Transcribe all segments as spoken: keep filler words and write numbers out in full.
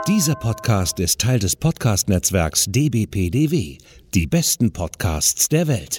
Dieser Podcast ist Teil des Podcast-Netzwerks D B P D W, die besten Podcasts der Welt.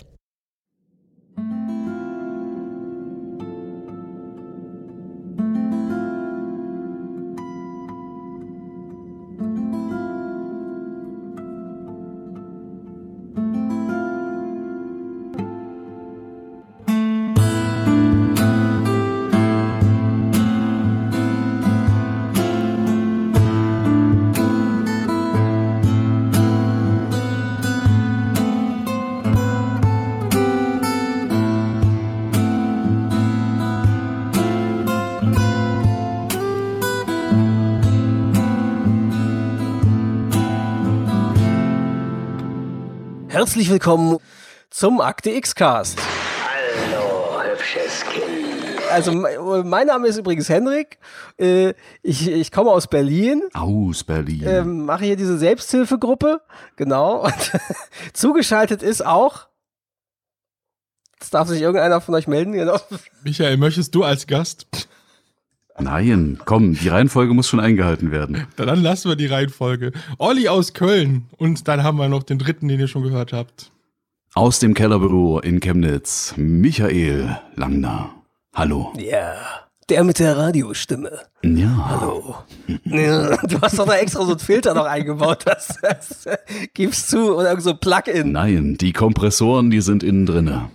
Herzlich willkommen zum Akte X-Cast. Hallo, hübsches Kind. Also mein Name ist übrigens Henrik. Ich, ich komme aus Berlin. Aus Berlin. Ähm, mache hier diese Selbsthilfegruppe. Genau. Und zugeschaltet ist auch. Jetzt darf sich irgendeiner von euch melden. Genau. Michael, möchtest du als Gast? Nein, komm, die Reihenfolge muss schon eingehalten werden. Dann lassen wir die Reihenfolge. Olli aus Köln und dann haben wir noch den dritten, den ihr schon gehört habt. Aus dem Kellerbüro in Chemnitz, Michael Langner. Hallo. Ja, der mit der Radiostimme. Ja. Hallo. Ja, du hast doch da extra so einen Filter noch eingebaut, das, das gibst zu, oder irgend so ein Plugin. Nein, die Kompressoren, die sind innen drinne.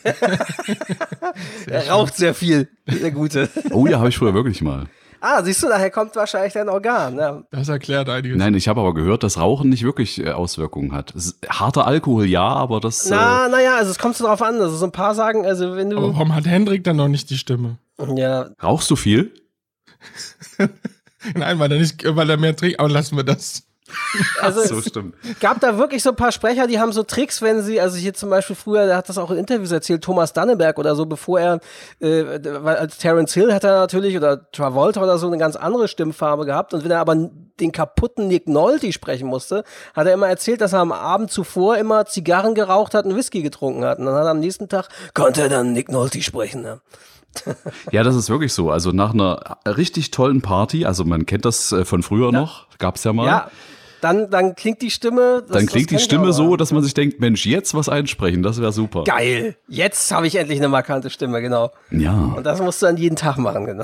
Er raucht sehr viel, der Gute. Oh ja, habe ich früher wirklich mal. Ah, siehst du, daher kommt wahrscheinlich dein Organ. Ja. Das erklärt einiges. Nein, ich habe aber gehört, dass Rauchen nicht wirklich äh, Auswirkungen hat. Es ist harter Alkohol, ja, aber das... Na, äh, naja, also es kommt so drauf an. Also so ein paar sagen, also wenn du... Aber warum hat Hendrik dann noch nicht die Stimme? Ja. Rauchst du viel? Nein, weil er, nicht, weil er mehr trinkt, aber lassen wir das. Also so, es stimmt. gab da wirklich so ein paar Sprecher, die haben so Tricks, wenn sie, also hier zum Beispiel früher, der hat das auch in Interviews erzählt, Thomas Danneberg oder so, bevor er, äh, weil als Terence Hill hat er natürlich, oder Travolta oder so, eine ganz andere Stimmfarbe gehabt, und wenn er aber den kaputten Nick Nolte sprechen musste, hat er immer erzählt, dass er am Abend zuvor immer Zigarren geraucht hat und Whisky getrunken hat, und dann hat er am nächsten Tag, konnte er dann Nick Nolte sprechen, ne? Ja, das ist wirklich so. Also nach einer richtig tollen Party, also man kennt das äh, von früher Ja. noch, gab's ja mal. Ja. Dann, dann klingt die Stimme. Das, Dann klingt das die Stimme aber. so, dass man sich denkt, Mensch, jetzt was einsprechen, das wäre super. Geil. Jetzt habe ich endlich eine markante Stimme, genau. Ja, Und das musst du dann jeden Tag machen, genau.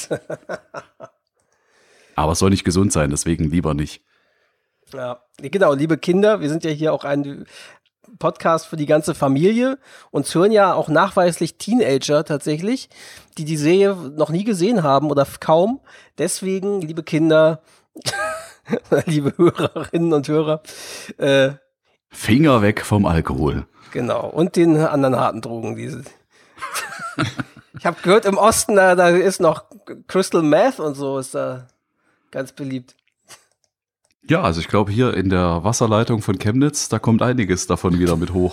aber es soll nicht gesund sein, deswegen lieber nicht. Ja, genau, liebe Kinder, wir sind ja hier auch ein Podcast für die ganze Familie. Uns hören ja auch nachweislich Teenager tatsächlich, die die Serie noch nie gesehen haben oder kaum. Deswegen, liebe Kinder, liebe Hörerinnen und Hörer, äh, Finger weg vom Alkohol. genau, und den anderen harten Drogen. Diese. Ich habe gehört, im Osten, da, da ist noch Crystal Meth und so, ist da ganz beliebt. Ja, also ich glaube hier in der Wasserleitung von Chemnitz, da kommt einiges davon wieder mit hoch.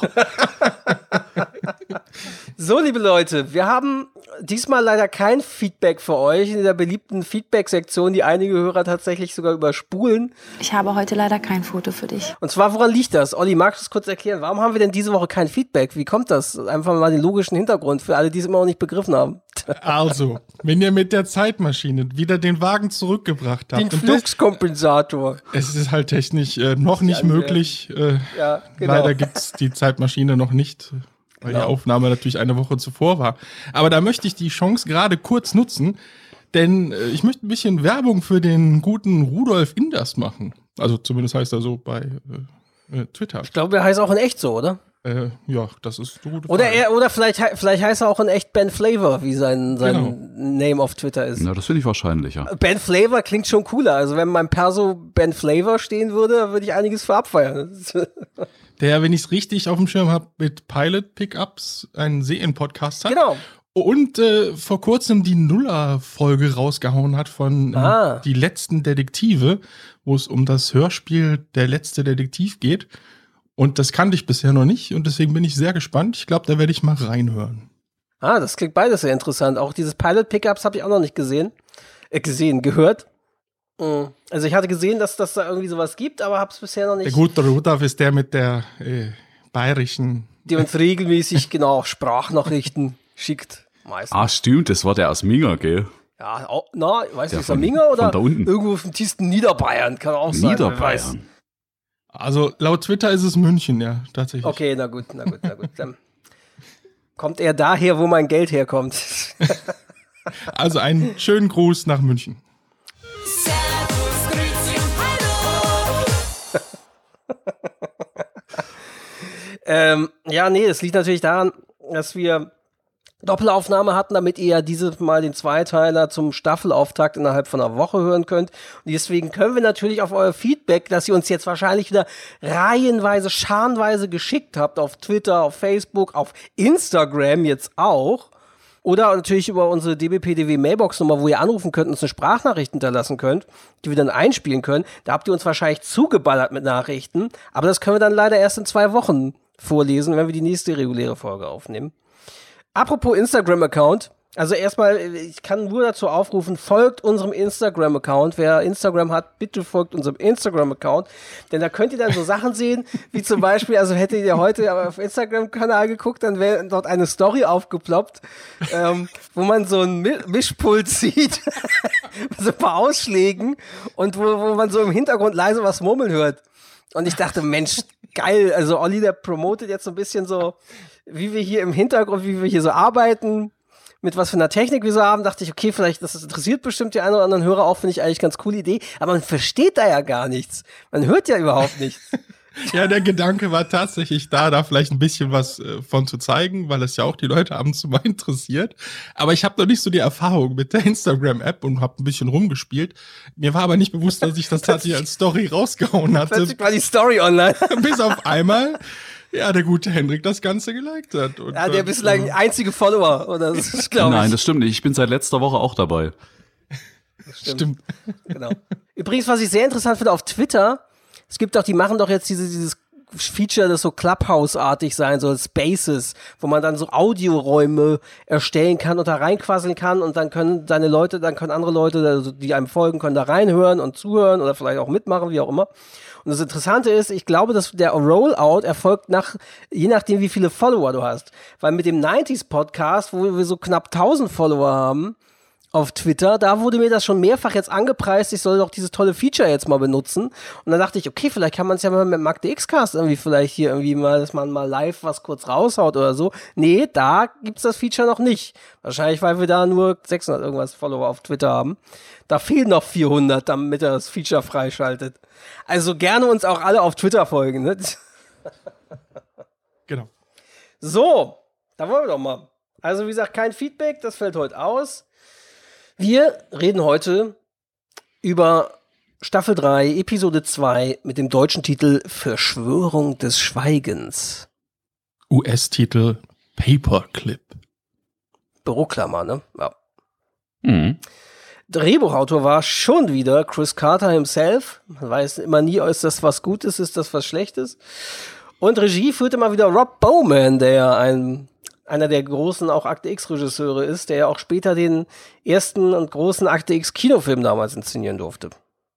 So, liebe Leute, wir haben diesmal leider kein Feedback für euch in der beliebten Feedback-Sektion, die einige Hörer tatsächlich sogar überspulen. Ich habe heute leider kein Foto für dich. Und zwar, woran liegt das? Olli, magst du es kurz erklären? Warum haben wir denn diese Woche kein Feedback? Wie kommt das? Einfach mal den logischen Hintergrund für alle, die es immer noch nicht begriffen haben. Also, wenn ihr mit der Zeitmaschine wieder den Wagen zurückgebracht habt. Den und das, Fluxkompensator. es ist halt technisch äh, noch nicht Ja, möglich. Äh, Ja, genau. Leider gibt's die Zeitmaschine noch nicht, weil Genau. die Aufnahme natürlich eine Woche zuvor war. Aber da möchte ich die Chance gerade kurz nutzen, denn äh, ich möchte ein bisschen Werbung für den guten Rudolf Inders machen. Also zumindest heißt er so bei äh, äh, Twitter. Ich glaube, er heißt auch in echt so, oder? Äh, ja, das ist eine gute Oder Frage. er, oder vielleicht, hei- vielleicht heißt er auch in echt Ben Flavor, wie sein, sein Genau. Name auf Twitter ist. Na, das finde ich wahrscheinlicher. Ben Flavor klingt schon cooler. Also wenn mein Perso Ben Flavor stehen würde, würde ich einiges für abfeiern. Der, wenn ich es richtig auf dem Schirm habe, mit Pilot Pickups einen Serien-Podcast hat. Genau. Und äh, vor kurzem die Nuller-Folge rausgehauen hat von äh, Ah. Die letzten Detektive, wo es um das Hörspiel Der letzte Detektiv geht. Und das kannte ich bisher noch nicht und deswegen bin ich sehr gespannt. Ich glaube, da werde ich mal reinhören. Ah, das klingt beides sehr interessant. Auch dieses Pilot Pickups habe ich auch noch nicht gesehen. Äh, gesehen, gehört. Mhm. Also ich hatte gesehen, dass das da irgendwie sowas gibt, aber habe es bisher noch Der nicht. gute Rudolf ist der mit der äh, bayerischen. Die uns regelmäßig genau Sprachnachrichten schickt. Meistens. Ah, stimmt, das war der aus Minga, gell? Ja, auch, na, weiß Ja, nicht, von- Saminga oder von da unten. irgendwo im tiefsten Niederbayern, kann auch sein. wer weiß. Niederbayern. Also laut Twitter ist es München, ja, tatsächlich. Okay, na gut, na gut, na gut. Dann kommt er daher, wo mein Geld herkommt. Also einen schönen Gruß nach München. ähm, ja, nee, es liegt natürlich daran, dass wir Doppelaufnahme hatten, damit ihr ja dieses Mal den Zweiteiler zum Staffelauftakt innerhalb von einer Woche hören könnt. Und deswegen können wir natürlich auf euer Feedback, das ihr uns jetzt wahrscheinlich wieder reihenweise, scharenweise geschickt habt, auf Twitter, auf Facebook, auf Instagram jetzt auch, oder natürlich über unsere D B P D W Mailbox-Nummer, wo ihr anrufen könnt und uns eine Sprachnachricht hinterlassen könnt, die wir dann einspielen können. Da habt ihr uns wahrscheinlich zugeballert mit Nachrichten, aber das können wir dann leider erst in zwei Wochen vorlesen, wenn wir die nächste reguläre Folge aufnehmen. Apropos Instagram-Account, also erstmal, ich kann nur dazu aufrufen, folgt unserem Instagram-Account. Wer Instagram hat, bitte folgt unserem Instagram-Account, denn da könnt ihr dann so Sachen sehen, wie zum Beispiel, also hättet ihr heute auf Instagram-Kanal geguckt, dann wäre dort eine Story aufgeploppt, ähm, wo man so ein Mi- Mischpult sieht, so ein paar Ausschlägen und wo, wo man so im Hintergrund leise was murmeln hört. Und ich dachte, Mensch, geil, also Olli, der promotet jetzt so ein bisschen so, wie wir hier im Hintergrund, wie wir hier so arbeiten, mit was für einer Technik wir so haben, dachte ich, okay, vielleicht, das interessiert bestimmt die einen oder anderen Hörer auch, finde ich eigentlich ganz coole Idee, aber man versteht da ja gar nichts. Man hört ja überhaupt nichts. Ja, der Gedanke war tatsächlich da, da vielleicht ein bisschen was äh, von zu zeigen, weil es ja auch die Leute ab und zu mal interessiert. Aber ich habe noch nicht so die Erfahrung mit der Instagram-App und habe ein bisschen rumgespielt. Mir war aber nicht bewusst, dass ich das tatsächlich als Story rausgehauen hatte. Plötzlich war die Story online. Bis auf einmal, ja, der gute Hendrik das Ganze geliked hat. Und, Ja, der äh, bislang einzige Follower, oder das ist, glaube ich. Nein, das stimmt nicht. Ich bin seit letzter Woche auch dabei. Stimmt. Genau. Übrigens, was ich sehr interessant finde auf Twitter, es gibt doch, die machen doch jetzt diese, dieses Feature, das so Clubhouse-artig sein soll, Spaces, wo man dann so Audioräume erstellen kann und da reinquasseln kann und dann können deine Leute, dann können andere Leute, also die einem folgen, können da reinhören und zuhören oder vielleicht auch mitmachen, wie auch immer. Und das Interessante ist, ich glaube, dass der Rollout erfolgt nach, je nachdem, wie viele Follower du hast. Weil mit dem neunziger-Podcast, wo wir so knapp tausend Follower haben, auf Twitter, da wurde mir das schon mehrfach jetzt angepreist, ich soll doch dieses tolle Feature jetzt mal benutzen. Und dann dachte ich, okay, vielleicht kann man es ja mal mit dem Magde X-Cast irgendwie vielleicht hier irgendwie mal, dass man mal live was kurz raushaut oder so. Nee, da gibt's das Feature noch nicht. Wahrscheinlich, weil wir da nur sechshundert irgendwas Follower auf Twitter haben. Da fehlen noch vierhundert, damit er das Feature freischaltet. Also gerne uns auch alle auf Twitter folgen, ne? Genau. So, da wollen wir doch mal. Also wie gesagt, kein Feedback, das fällt heute aus. Wir reden heute über Staffel drei, Episode zwei mit dem deutschen Titel Verschwörung des Schweigens. U S-Titel Paperclip. Büroklammer, ne? Ja. Mhm. Drehbuchautor war schon wieder Chris Carter himself. Man weiß immer nie, ist das was Gutes, ist das was Schlechtes. Und Regie führte mal wieder Rob Bowman, der ein einer der großen auch Akte X-Regisseure ist, der ja auch später den ersten und großen Akte X-Kinofilm damals inszenieren durfte.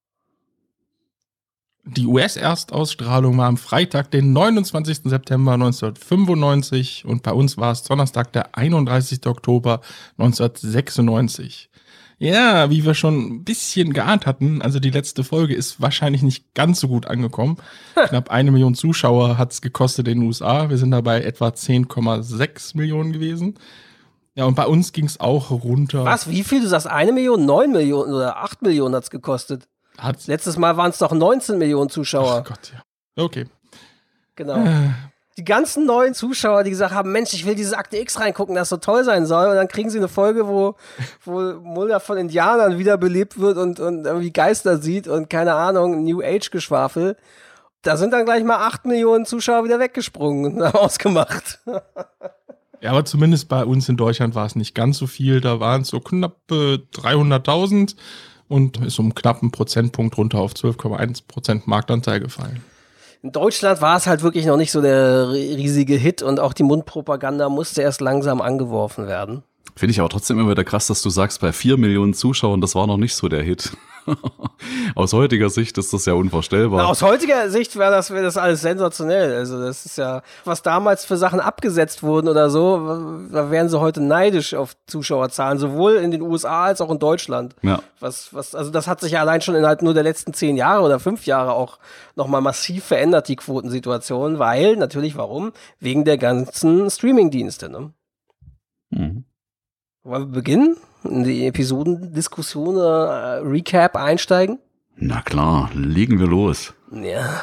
Die U S-Erstausstrahlung war am Freitag, den neunundzwanzigsten September neunzehnhundertfünfundneunzig und bei uns war es Donnerstag, der einunddreißigsten Oktober neunzehnhundertsechsundneunzig. Ja, wie wir schon ein bisschen geahnt hatten, also die letzte Folge ist wahrscheinlich nicht ganz so gut angekommen. Knapp eine Million Zuschauer hat es gekostet in den U S A. Wir sind dabei etwa zehn Komma sechs Millionen gewesen. Ja, und bei uns ging es auch runter. Was? Wie viel? Du sagst eine Million, neun Millionen oder acht Millionen hat's gekostet. Hat's? Letztes Mal waren es doch neunzehn Millionen Zuschauer. Ach Gott, ja. Okay. Genau. Die ganzen neuen Zuschauer, die gesagt haben, Mensch, ich will dieses Akte X reingucken, das so toll sein soll. Und dann kriegen sie eine Folge, wo, wo Mulder von Indianern wiederbelebt wird und, und irgendwie Geister sieht und keine Ahnung, New Age-Geschwafel. Da sind dann gleich mal acht Millionen Zuschauer wieder weggesprungen und haben ausgemacht. Ja, aber zumindest bei uns in Deutschland war es nicht ganz so viel. Da waren es so knapp äh, dreihunderttausend und ist um knappen Prozentpunkt runter auf zwölf Komma eins Prozent Marktanteil gefallen. In Deutschland war es halt wirklich noch nicht so der riesige Hit und auch die Mundpropaganda musste erst langsam angeworfen werden. Finde ich aber trotzdem immer wieder krass, dass du sagst, bei vier Millionen Zuschauern, das war noch nicht so der Hit. Aus heutiger Sicht ist das ja unvorstellbar. Na, aus heutiger Sicht wäre das, wär das alles sensationell. Also das ist ja, was damals für Sachen abgesetzt wurden oder so, da wären sie heute neidisch auf Zuschauerzahlen, sowohl in den U S A als auch in Deutschland. Ja. Was, was, also das hat sich ja allein schon innerhalb nur der letzten zehn Jahre oder fünf Jahre auch nochmal massiv verändert, die Quotensituation, weil, natürlich, warum? Wegen der ganzen Streaming-Dienste, ne? Mhm. Wollen wir beginnen? In die Episodendiskussion oder äh, Recap einsteigen? Na klar, legen wir los. Ja.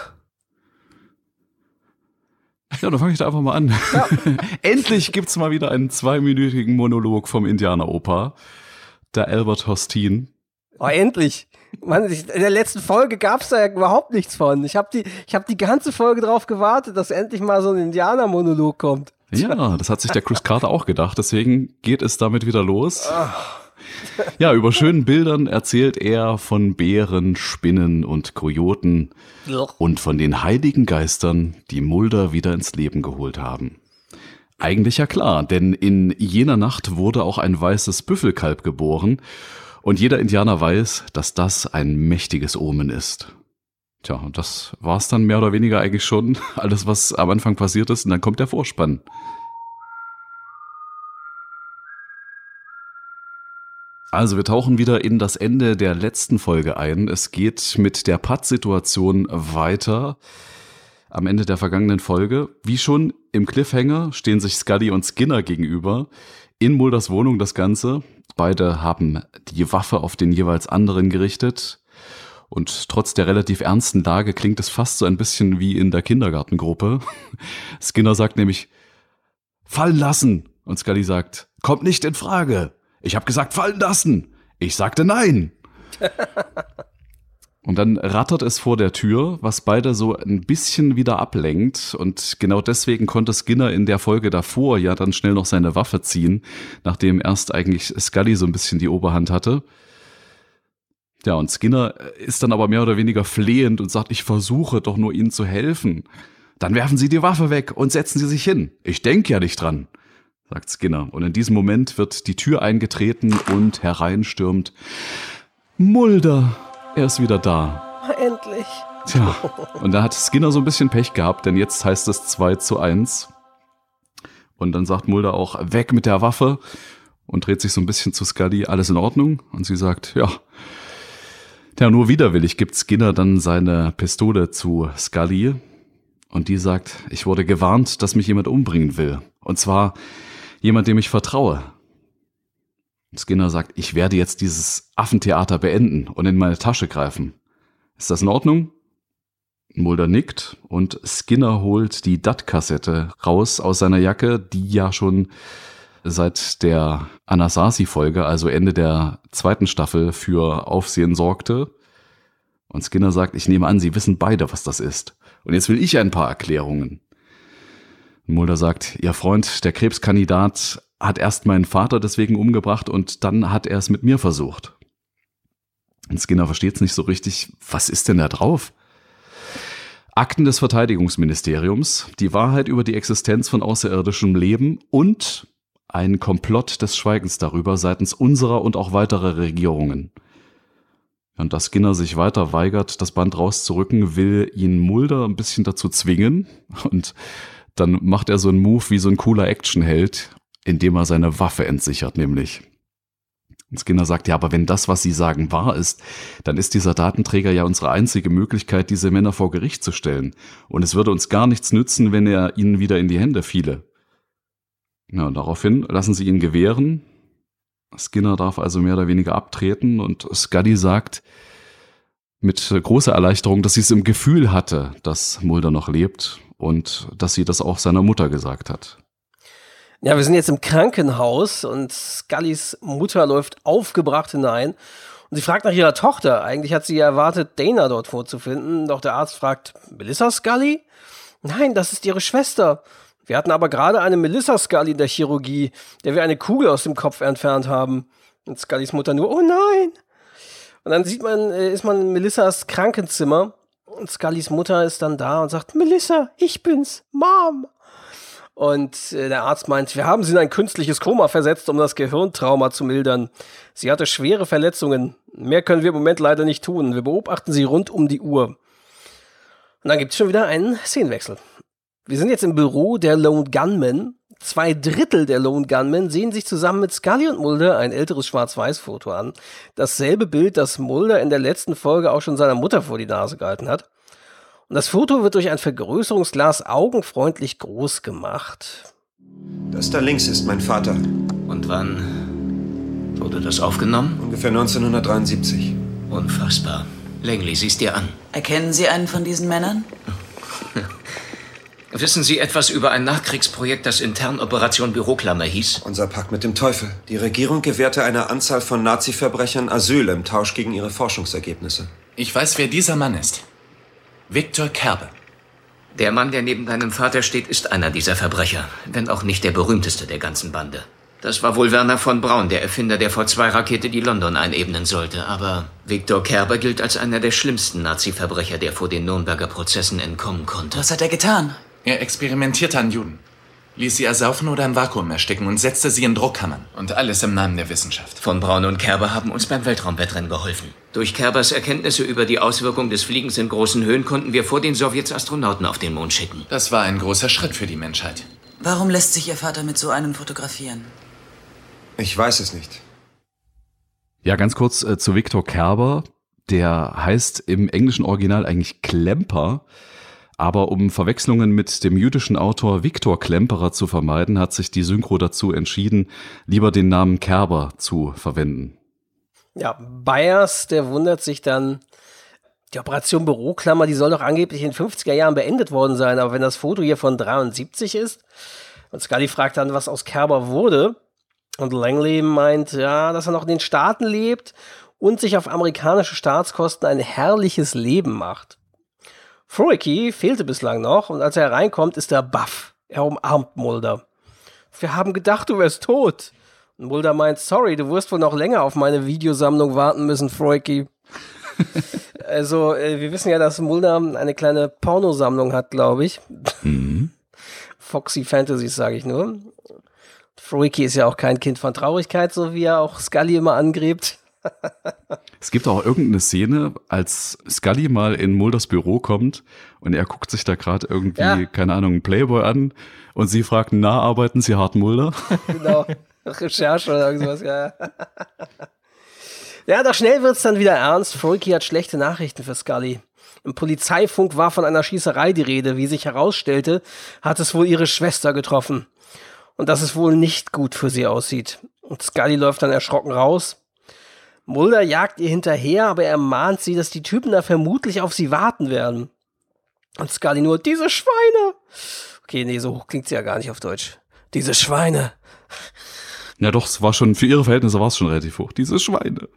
Ja, dann fange ich da einfach mal an. Ja. Endlich gibt's mal wieder einen zweiminütigen Monolog vom Indianeroper, der Albert Hostin. Oh, endlich. Mann, ich, in der letzten Folge gab's da ja überhaupt nichts von. Ich habe die, ich hab die ganze Folge drauf gewartet, dass endlich mal so ein Indianer-Monolog kommt. Ja, das hat sich der Chris Carter auch gedacht, deswegen geht es damit wieder los. Ja, über schönen Bildern erzählt er von Bären, Spinnen und Kojoten und von den heiligen Geistern, die Mulder wieder ins Leben geholt haben. Eigentlich ja klar, denn in jener Nacht wurde auch ein weißes Büffelkalb geboren und jeder Indianer weiß, dass das ein mächtiges Omen ist. Tja, und das war's dann mehr oder weniger eigentlich schon, alles was am Anfang passiert ist, und dann kommt der Vorspann. Also wir tauchen wieder in das Ende der letzten Folge ein. Es geht mit der Patt-Situation weiter. Am Ende der vergangenen Folge, wie schon im Cliffhanger, stehen sich Scully und Skinner gegenüber. In Mulders Wohnung das Ganze. Beide haben die Waffe auf den jeweils anderen gerichtet. Und trotz der relativ ernsten Lage klingt es fast so ein bisschen wie in der Kindergartengruppe. Skinner sagt nämlich, fallen lassen. Und Scully sagt, kommt nicht in Frage. Ich habe gesagt, fallen lassen. Ich sagte nein. Und dann rattert es vor der Tür, was beide so ein bisschen wieder ablenkt. Und genau deswegen konnte Skinner in der Folge davor ja dann schnell noch seine Waffe ziehen, nachdem erst eigentlich Scully so ein bisschen die Oberhand hatte. Ja, und Skinner ist dann aber mehr oder weniger flehend und sagt, ich versuche doch nur Ihnen zu helfen. Dann werfen Sie die Waffe weg und setzen Sie sich hin. Ich denke ja nicht dran, sagt Skinner. Und in diesem Moment wird die Tür eingetreten und hereinstürmt Mulder. Er ist wieder da. Endlich. Tja, und da hat Skinner so ein bisschen Pech gehabt, denn jetzt heißt es zwei zu eins. Und dann sagt Mulder auch, weg mit der Waffe, und dreht sich so ein bisschen zu Scully, alles in Ordnung? Und sie sagt, ja. Ja, nur widerwillig gibt Skinner dann seine Pistole zu Scully. Und die sagt, ich wurde gewarnt, dass mich jemand umbringen will. Und zwar jemand, dem ich vertraue. Skinner sagt, ich werde jetzt dieses Affentheater beenden und in meine Tasche greifen. Ist das in Ordnung? Mulder nickt und Skinner holt die D A T-Kassette raus aus seiner Jacke, die ja schon seit der Anasazi-Folge, also Ende der zweiten Staffel, für Aufsehen sorgte. Und Skinner sagt, ich nehme an, Sie wissen beide, was das ist. Und jetzt will ich ein paar Erklärungen. Mulder sagt, Ihr Freund, der Krebskandidat, hat erst meinen Vater deswegen umgebracht und dann hat er es mit mir versucht. Und Skinner versteht es nicht so richtig. Was ist denn da drauf? Akten des Verteidigungsministeriums, die Wahrheit über die Existenz von außerirdischem Leben und ein Komplott des Schweigens darüber seitens unserer und auch weiterer Regierungen. Und dass Skinner sich weiter weigert, das Band rauszurücken, will ihn Mulder ein bisschen dazu zwingen. Und dann macht er so einen Move wie so ein cooler Actionheld, indem er seine Waffe entsichert, nämlich. Und Skinner sagt, ja, aber wenn das, was Sie sagen, wahr ist, dann ist dieser Datenträger ja unsere einzige Möglichkeit, diese Männer vor Gericht zu stellen. Und es würde uns gar nichts nützen, wenn er ihnen wieder in die Hände fiele. Ja, daraufhin lassen sie ihn gewähren. Skinner darf also mehr oder weniger abtreten und Scully sagt mit großer Erleichterung, dass sie es im Gefühl hatte, dass Mulder noch lebt und dass sie das auch seiner Mutter gesagt hat. Ja, wir sind jetzt im Krankenhaus und Scullys Mutter läuft aufgebracht hinein und sie fragt nach ihrer Tochter. Eigentlich hat sie erwartet, Dana dort vorzufinden, doch der Arzt fragt, Melissa Scully? Nein, das ist ihre Schwester. Wir hatten aber gerade eine Melissa Scully in der Chirurgie, der wir eine Kugel aus dem Kopf entfernt haben. Und Scullys Mutter nur, oh nein! Und dann sieht man, ist man in Melissas Krankenzimmer und Scullys Mutter ist dann da und sagt, Melissa, ich bin's, Mom! Und äh, der Arzt meint, wir haben sie in ein künstliches Koma versetzt, um das Gehirntrauma zu mildern. Sie hatte schwere Verletzungen. Mehr können wir im Moment leider nicht tun. Wir beobachten sie rund um die Uhr. Und dann gibt es schon wieder einen Szenenwechsel. Wir sind jetzt im Büro der Lone Gunmen. Zwei Drittel der Lone Gunmen sehen sich zusammen mit Scully und Mulder ein älteres Schwarz-Weiß-Foto an. Dasselbe Bild, das Mulder in der letzten Folge auch schon seiner Mutter vor die Nase gehalten hat. Und das Foto wird durch ein Vergrößerungsglas augenfreundlich groß gemacht. Das da links ist mein Vater. Und wann wurde das aufgenommen? Ungefähr neunzehnhundertdreiundsiebzig. Unfassbar. Langley, sieh's dir an. Erkennen Sie einen von diesen Männern? Wissen Sie etwas über ein Nachkriegsprojekt, das intern Operation Büroklammer hieß? Unser Pakt mit dem Teufel. Die Regierung gewährte einer Anzahl von Nazi-Verbrechern Asyl im Tausch gegen ihre Forschungsergebnisse. Ich weiß, wer dieser Mann ist. Victor Kerber. Der Mann, der neben deinem Vater steht, ist einer dieser Verbrecher, wenn auch nicht der berühmteste der ganzen Bande. Das war wohl Werner von Braun, der Erfinder der V zwei Rakete, die London einebnen sollte. Aber Victor Kerber gilt als einer der schlimmsten Nazi-Verbrecher, der vor den Nürnberger Prozessen entkommen konnte. Was hat er getan? Er experimentierte an Juden, ließ sie ersaufen oder im Vakuum ersticken und setzte sie in Druckkammern. Und alles im Namen der Wissenschaft. Von Braun und Kerber haben uns beim Weltraumwettrennen geholfen. Durch Kerbers Erkenntnisse über die Auswirkungen des Fliegens in großen Höhen konnten wir vor den Sowjets Astronauten auf den Mond schicken. Das war ein großer Schritt für die Menschheit. Warum lässt sich Ihr Vater mit so einem fotografieren? Ich weiß es nicht. Ja, ganz kurz äh, zu Victor Kerber. Der heißt im englischen Original eigentlich Klemper. Aber um Verwechslungen mit dem jüdischen Autor Viktor Klemperer zu vermeiden, hat sich die Synchro dazu entschieden, lieber den Namen Kerber zu verwenden. Ja, Byers, der wundert sich dann, die Operation Büroklammer, die soll doch angeblich in den fünfziger Jahren beendet worden sein, aber wenn das Foto hier von dreiundsiebzig ist, und Scully fragt dann, was aus Kerber wurde, und Langley meint, ja, dass er noch in den Staaten lebt und sich auf amerikanische Staatskosten ein herrliches Leben macht. Froecky fehlte bislang noch und als er reinkommt, ist er baff. Er umarmt Mulder. Wir haben gedacht, du wärst tot. Und Mulder meint, sorry, du wirst wohl noch länger auf meine Videosammlung warten müssen, Froecky. Also, äh, wir wissen ja, dass Mulder eine kleine Pornosammlung hat, glaube ich. Mhm. Foxy Fantasies, sage ich nur. Froecky ist ja auch kein Kind von Traurigkeit, so wie er auch Scully immer angrebt. Es gibt auch irgendeine Szene, als Scully mal in Mulders Büro kommt und er guckt sich da gerade irgendwie, ja. keine Ahnung, einen Playboy an und sie fragt, na, arbeiten Sie hart, Mulder? Genau, Recherche oder irgendwas, ja. Ja, doch schnell wird's dann wieder ernst. Froecky hat schlechte Nachrichten für Scully. Im Polizeifunk war von einer Schießerei die Rede. Wie sich herausstellte, hat es wohl ihre Schwester getroffen. Und dass es wohl nicht gut für sie aussieht. Und Scully läuft dann erschrocken raus. Mulder jagt ihr hinterher, aber er mahnt sie, dass die Typen da vermutlich auf sie warten werden. Und Scully nur, diese Schweine! Okay, nee, so hoch klingt sie ja gar nicht auf Deutsch. Diese Schweine. Ja doch, es war schon, für ihre Verhältnisse war es schon relativ hoch. Diese Schweine.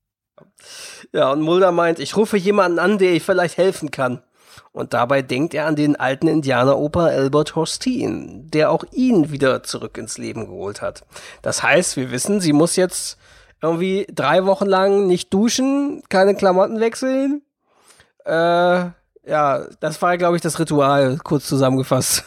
Ja, und Mulder meint, ich rufe jemanden an, der ich vielleicht helfen kann. Und dabei denkt er an den alten Indianeroper Albert Hosteen, der auch ihn wieder zurück ins Leben geholt hat. Das heißt, wir wissen, sie muss jetzt irgendwie drei Wochen lang nicht duschen, keine Klamotten wechseln. Äh, ja, das war, glaube ich, das Ritual, kurz zusammengefasst.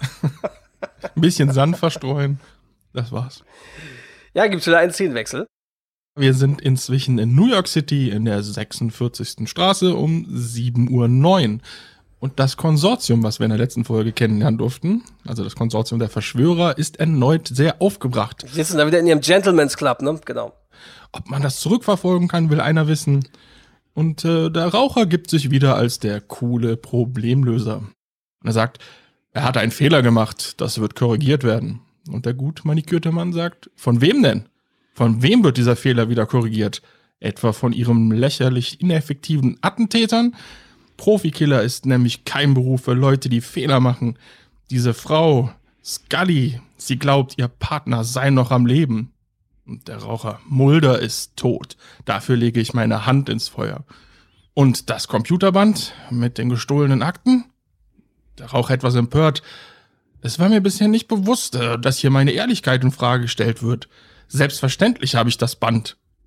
Ein bisschen Sand verstreuen, das war's. Ja, gibt's wieder einen Szenenwechsel. Wir sind inzwischen in New York City in der sechsundvierzigsten Straße um sieben Uhr neun. Und das Konsortium, was wir in der letzten Folge kennenlernen durften, also das Konsortium der Verschwörer, ist erneut sehr aufgebracht. Sie sitzen da wieder in ihrem Gentleman's Club, ne? Genau. Ob man das zurückverfolgen kann, will einer wissen. Und äh, der Raucher gibt sich wieder als der coole Problemlöser. Und er sagt, er hatte einen Fehler gemacht, das wird korrigiert werden. Und der gut manikürte Mann sagt, von wem denn? Von wem wird dieser Fehler wieder korrigiert? Etwa von ihrem lächerlich ineffektiven Attentätern? Profikiller ist nämlich kein Beruf für Leute, die Fehler machen. Diese Frau, Scully, sie glaubt, ihr Partner sei noch am Leben. Und der Raucher, Mulder ist tot. Dafür lege ich meine Hand ins Feuer. Und das Computerband mit den gestohlenen Akten? Der Raucher etwas empört. Es war mir bisher nicht bewusst, dass hier meine Ehrlichkeit in Frage gestellt wird. Selbstverständlich habe ich das Band.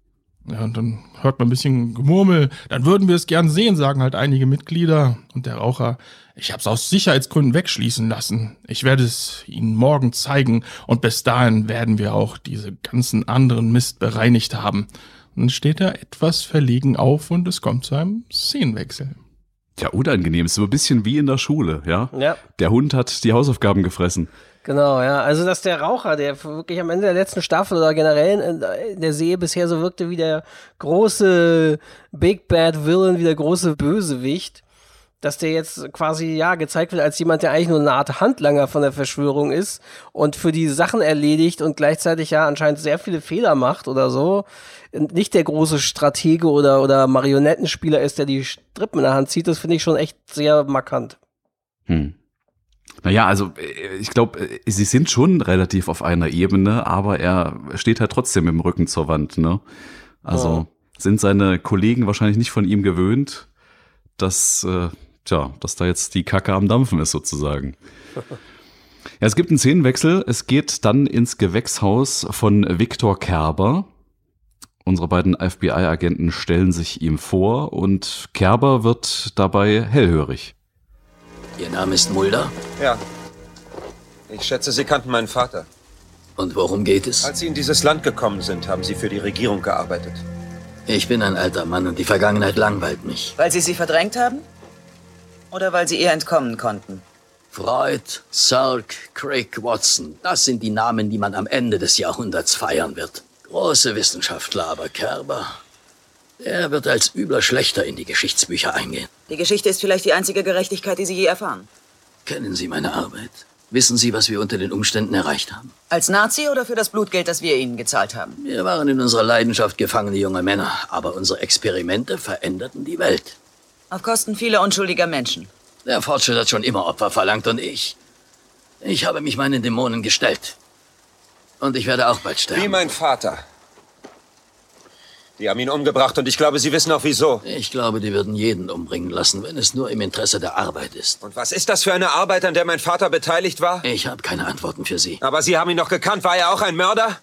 Ja, und dann hört man ein bisschen Gemurmel. Dann würden wir es gern sehen, sagen halt einige Mitglieder. Und der Raucher, ich habe es aus Sicherheitsgründen wegschließen lassen. Ich werde es Ihnen morgen zeigen. Und bis dahin werden wir auch diese ganzen anderen Mist bereinigt haben. Und dann steht er etwas verlegen auf und es kommt zu einem Szenenwechsel. Ja, unangenehm. So ein bisschen wie in der Schule, ja? Ja. Der Hund hat die Hausaufgaben gefressen. Genau, ja. Also, dass der Raucher, der wirklich am Ende der letzten Staffel oder generell in, in der Serie bisher so wirkte wie der große Big Bad Villain, wie der große Bösewicht, dass der jetzt quasi, ja, gezeigt wird als jemand, der eigentlich nur eine Art Handlanger von der Verschwörung ist und für die Sachen erledigt und gleichzeitig ja anscheinend sehr viele Fehler macht oder so. Nicht der große Stratege oder, oder Marionettenspieler ist, der die Strippen in der Hand zieht. Das finde ich schon echt sehr markant. Hm. Naja, also ich glaube, sie sind schon relativ auf einer Ebene, aber er steht halt trotzdem im Rücken zur Wand, ne? Also ja. Sind seine Kollegen wahrscheinlich nicht von ihm gewöhnt, dass, äh, tja, dass da jetzt die Kacke am Dampfen ist sozusagen. Ja, es gibt einen Szenenwechsel. Es geht dann ins Gewächshaus von Victor Kerber. Unsere beiden F B I-Agenten stellen sich ihm vor und Kerber wird dabei hellhörig. Ihr Name ist Mulder? Ja. Ich schätze, Sie kannten meinen Vater. Und worum geht es? Als Sie in dieses Land gekommen sind, haben Sie für die Regierung gearbeitet. Ich bin ein alter Mann und die Vergangenheit langweilt mich. Weil Sie sie verdrängt haben? Oder weil Sie ihr entkommen konnten? Freud, Salk, Crick, Watson, das sind die Namen, die man am Ende des Jahrhunderts feiern wird. Große Wissenschaftler, aber Kerber, er wird als übler Schlechter in die Geschichtsbücher eingehen. Die Geschichte ist vielleicht die einzige Gerechtigkeit, die Sie je erfahren. Kennen Sie meine Arbeit? Wissen Sie, was wir unter den Umständen erreicht haben? Als Nazi oder für das Blutgeld, das wir Ihnen gezahlt haben? Wir waren in unserer Leidenschaft gefangene junge Männer, aber unsere Experimente veränderten die Welt. Auf Kosten vieler unschuldiger Menschen. Der Fortschritt hat schon immer Opfer verlangt und ich... Ich habe mich meinen Dämonen gestellt. Und ich werde auch bald sterben. Wie mein Vater. Die haben ihn umgebracht und ich glaube, Sie wissen auch wieso. Ich glaube, die würden jeden umbringen lassen, wenn es nur im Interesse der Arbeit ist. Und was ist das für eine Arbeit, an der mein Vater beteiligt war? Ich habe keine Antworten für Sie. Aber Sie haben ihn doch gekannt. War er auch ein Mörder?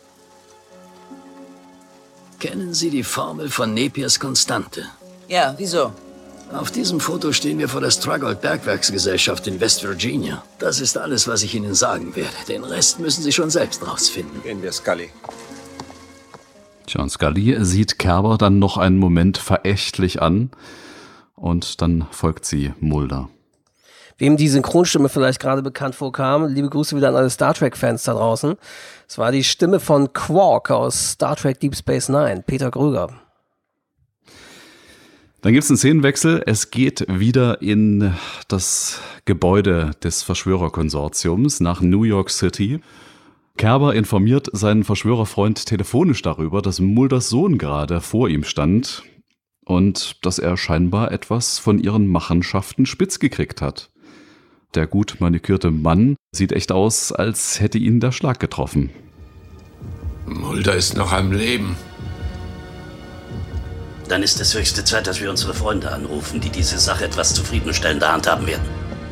Kennen Sie die Formel von Napiers Konstante? Ja, wieso? Auf diesem Foto stehen wir vor der Struggold Bergwerksgesellschaft in West Virginia. Das ist alles, was ich Ihnen sagen werde. Den Rest müssen Sie schon selbst rausfinden. Gehen wir, Scully. John Scully sieht Kerber dann noch einen Moment verächtlich an und dann folgt sie Mulder. Wem die Synchronstimme vielleicht gerade bekannt vorkam, liebe Grüße wieder an alle Star Trek-Fans da draußen. Es war die Stimme von Quark aus Star Trek Deep Space Nine, Peter Gröger. Dann gibt es einen Szenenwechsel. Es geht wieder in das Gebäude des Verschwörerkonsortiums nach New York City. Kerber informiert seinen Verschwörerfreund telefonisch darüber, dass Mulders Sohn gerade vor ihm stand und dass er scheinbar etwas von ihren Machenschaften spitz gekriegt hat. Der gut manikürte Mann sieht echt aus, als hätte ihn der Schlag getroffen. Mulder ist noch am Leben. Dann ist es höchste Zeit, dass wir unsere Freunde anrufen, die diese Sache etwas zufriedenstellender handhaben werden.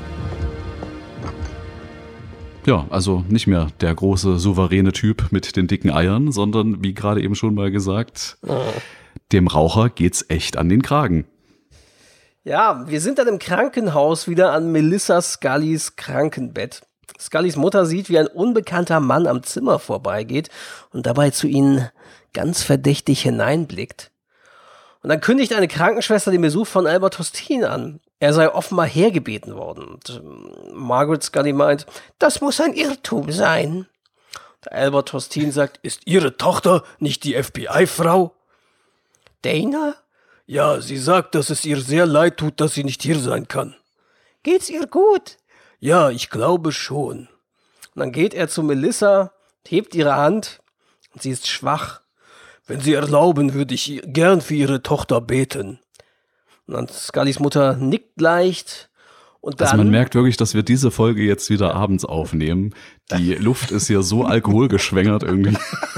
Ja, also nicht mehr der große, souveräne Typ mit den dicken Eiern, sondern, wie gerade eben schon mal gesagt, oh. dem Raucher geht's echt an den Kragen. Ja, wir sind dann im Krankenhaus wieder an Melissa Scullys Krankenbett. Scullys Mutter sieht, wie ein unbekannter Mann am Zimmer vorbeigeht und dabei zu ihnen ganz verdächtig hineinblickt. Und dann kündigt eine Krankenschwester den Besuch von Albert Hostin an. Er sei offenbar hergebeten worden. Und Margaret Scully meint, das muss ein Irrtum sein. Und Albert Hostin sagt, ist Ihre Tochter nicht die F B I-Frau? Dana? Ja, sie sagt, dass es ihr sehr leid tut, dass sie nicht hier sein kann. Geht's ihr gut? Ja, ich glaube schon. Und dann geht er zu Melissa, hebt ihre Hand und sie ist schwach. Wenn Sie erlauben, würde ich gern für Ihre Tochter beten. Und dann Scullys Mutter nickt leicht. Und dann, also man merkt wirklich, dass wir diese Folge jetzt wieder abends aufnehmen. Die Luft ist hier so alkoholgeschwängert irgendwie.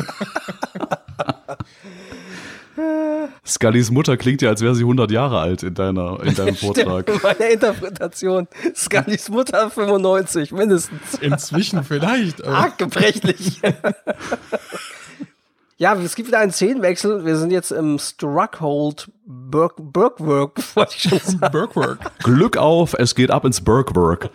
Scullys Mutter klingt ja, als wäre sie hundert Jahre alt in, deiner, in deinem Vortrag. In meiner Interpretation. Scullys Mutter fünfundneunzig, mindestens. Inzwischen vielleicht. Arg gebrechlich. Ja, es gibt wieder einen Szenenwechsel. Wir sind jetzt im Struckhold Burke, Burkework, wollte ich schon sagen. Burkework. Glück auf, es geht ab ins Burkework.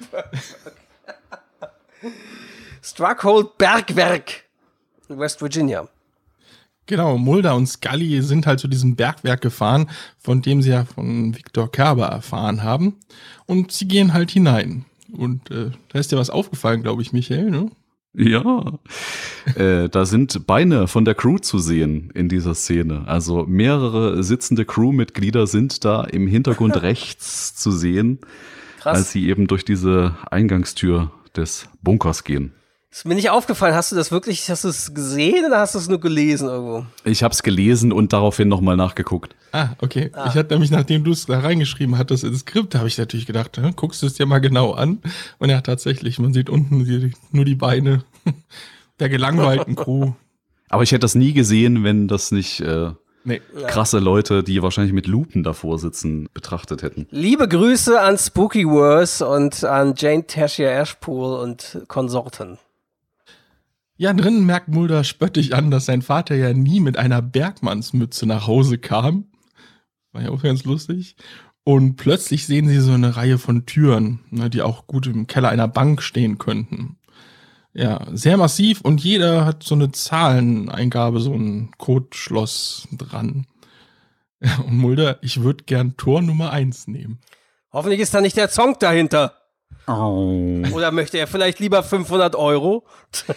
Struckhold Bergwerk in West Virginia. Genau, Mulder und Scully sind halt zu diesem Bergwerk gefahren, von dem sie ja von Victor Kerber erfahren haben. Und sie gehen halt hinein. Und äh, da ist dir was aufgefallen, glaube ich, Michael, ne? Ja, äh, da sind Beine von der Crew zu sehen in dieser Szene. Also mehrere sitzende Crewmitglieder sind da im Hintergrund rechts zu sehen, Krass. als sie eben durch diese Eingangstür des Bunkers gehen. Ist mir nicht aufgefallen. Hast du das wirklich, hast du es gesehen oder hast du es nur gelesen irgendwo? Ich habe es gelesen und daraufhin nochmal nachgeguckt. Ah, okay. Ah. Ich hatte nämlich, nachdem du es da reingeschrieben hattest ins Skript, habe ich natürlich gedacht, hm, guckst du es dir mal genau an. Und ja, tatsächlich, man sieht unten die, nur die Beine der gelangweilten Crew. Aber ich hätte das nie gesehen, wenn das nicht äh, nee. krasse Leute, die wahrscheinlich mit Lupen davor sitzen, betrachtet hätten. Liebe Grüße an Spooky Wars und an Jane Tashia Ashpool und Konsorten. Ja, drinnen merkt Mulder spöttisch an, dass sein Vater ja nie mit einer Bergmannsmütze nach Hause kam. War ja auch ganz lustig. Und plötzlich sehen sie so eine Reihe von Türen, ne, die auch gut im Keller einer Bank stehen könnten. Ja, sehr massiv und jeder hat so eine Zahleneingabe, so ein Codeschloss dran. Und Mulder, ich würde gern Tor Nummer eins nehmen. Hoffentlich ist da nicht der Song dahinter. Oh. Oder möchte er vielleicht lieber fünfhundert Euro?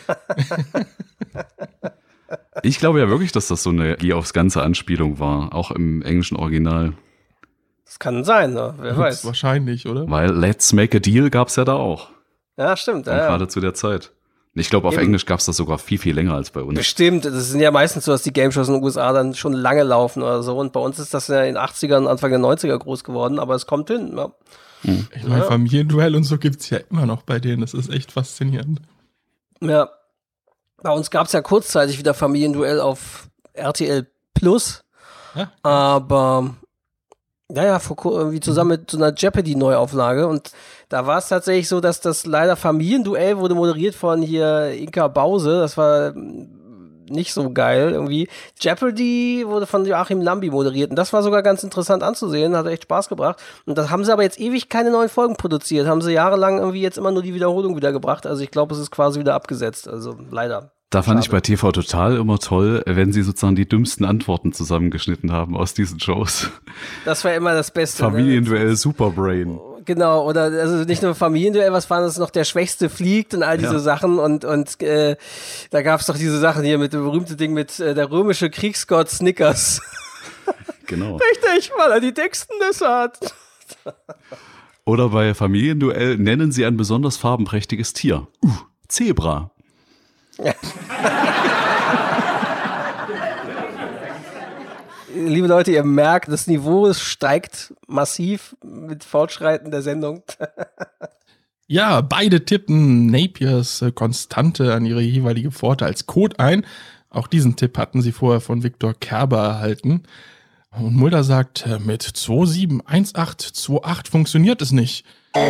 Ich glaube ja wirklich, dass das so eine Geh aufs Ganze Anspielung war, auch im englischen Original. Das kann sein, ne? Wer das weiß. Wahrscheinlich, oder? Weil Let's Make a Deal gab's ja da auch. Ja, stimmt. Ja, gerade ja. zu der Zeit. Ich glaube, auf Eben. Englisch gab's das sogar viel, viel länger als bei uns. Bestimmt. Das sind ja meistens so, dass die Game-Shows in den U S A dann schon lange laufen oder so. Und bei uns ist das ja in den achtzigern, Anfang der neunziger groß geworden. Aber es kommt hin, ja. Ich meine, Ja. Familienduell und so gibt's ja immer noch bei denen. Das ist echt faszinierend. Ja. Bei uns gab es ja kurzzeitig wieder Familienduell auf R T L Plus. Ja. Aber ja, ja, vor, kur- irgendwie zusammen mit so einer Jeopardy-Neuauflage. Und da war es tatsächlich so, dass das leider Familienduell wurde moderiert von hier Inka Bause. Das war nicht so geil irgendwie. Jeopardy wurde von Joachim Lambi moderiert und das war sogar ganz interessant anzusehen, hat echt Spaß gebracht. Und das haben sie aber jetzt ewig keine neuen Folgen produziert, haben sie jahrelang irgendwie jetzt immer nur die Wiederholung wieder gebracht. Also ich glaube, es ist quasi wieder abgesetzt, also leider. Da fand Schade. ich bei T V Total immer toll, wenn sie sozusagen die dümmsten Antworten zusammengeschnitten haben aus diesen Shows. Das war immer das Beste. Familienduell Superbrain. Genau, oder also nicht nur Familienduell, was war das noch, der Schwächste fliegt und all diese Ja. Sachen und, und äh, da gab es doch diese Sachen hier mit dem berühmten Ding mit äh, der römische Kriegsgott Snickers. Genau. Richtig, weil er die dicksten Nüsse hat. Oder bei Familienduell nennen sie ein besonders farbenprächtiges Tier. Uh, Zebra. Liebe Leute, ihr merkt, das Niveau steigt massiv mit Fortschreiten der Sendung. Ja, beide tippen Napiers äh, Konstante an ihre jeweilige Pforte als Code ein. Auch diesen Tipp hatten sie vorher von Victor Kerber erhalten. Und Mulder sagt, äh, mit zwei sieben eins acht zwei acht funktioniert es nicht.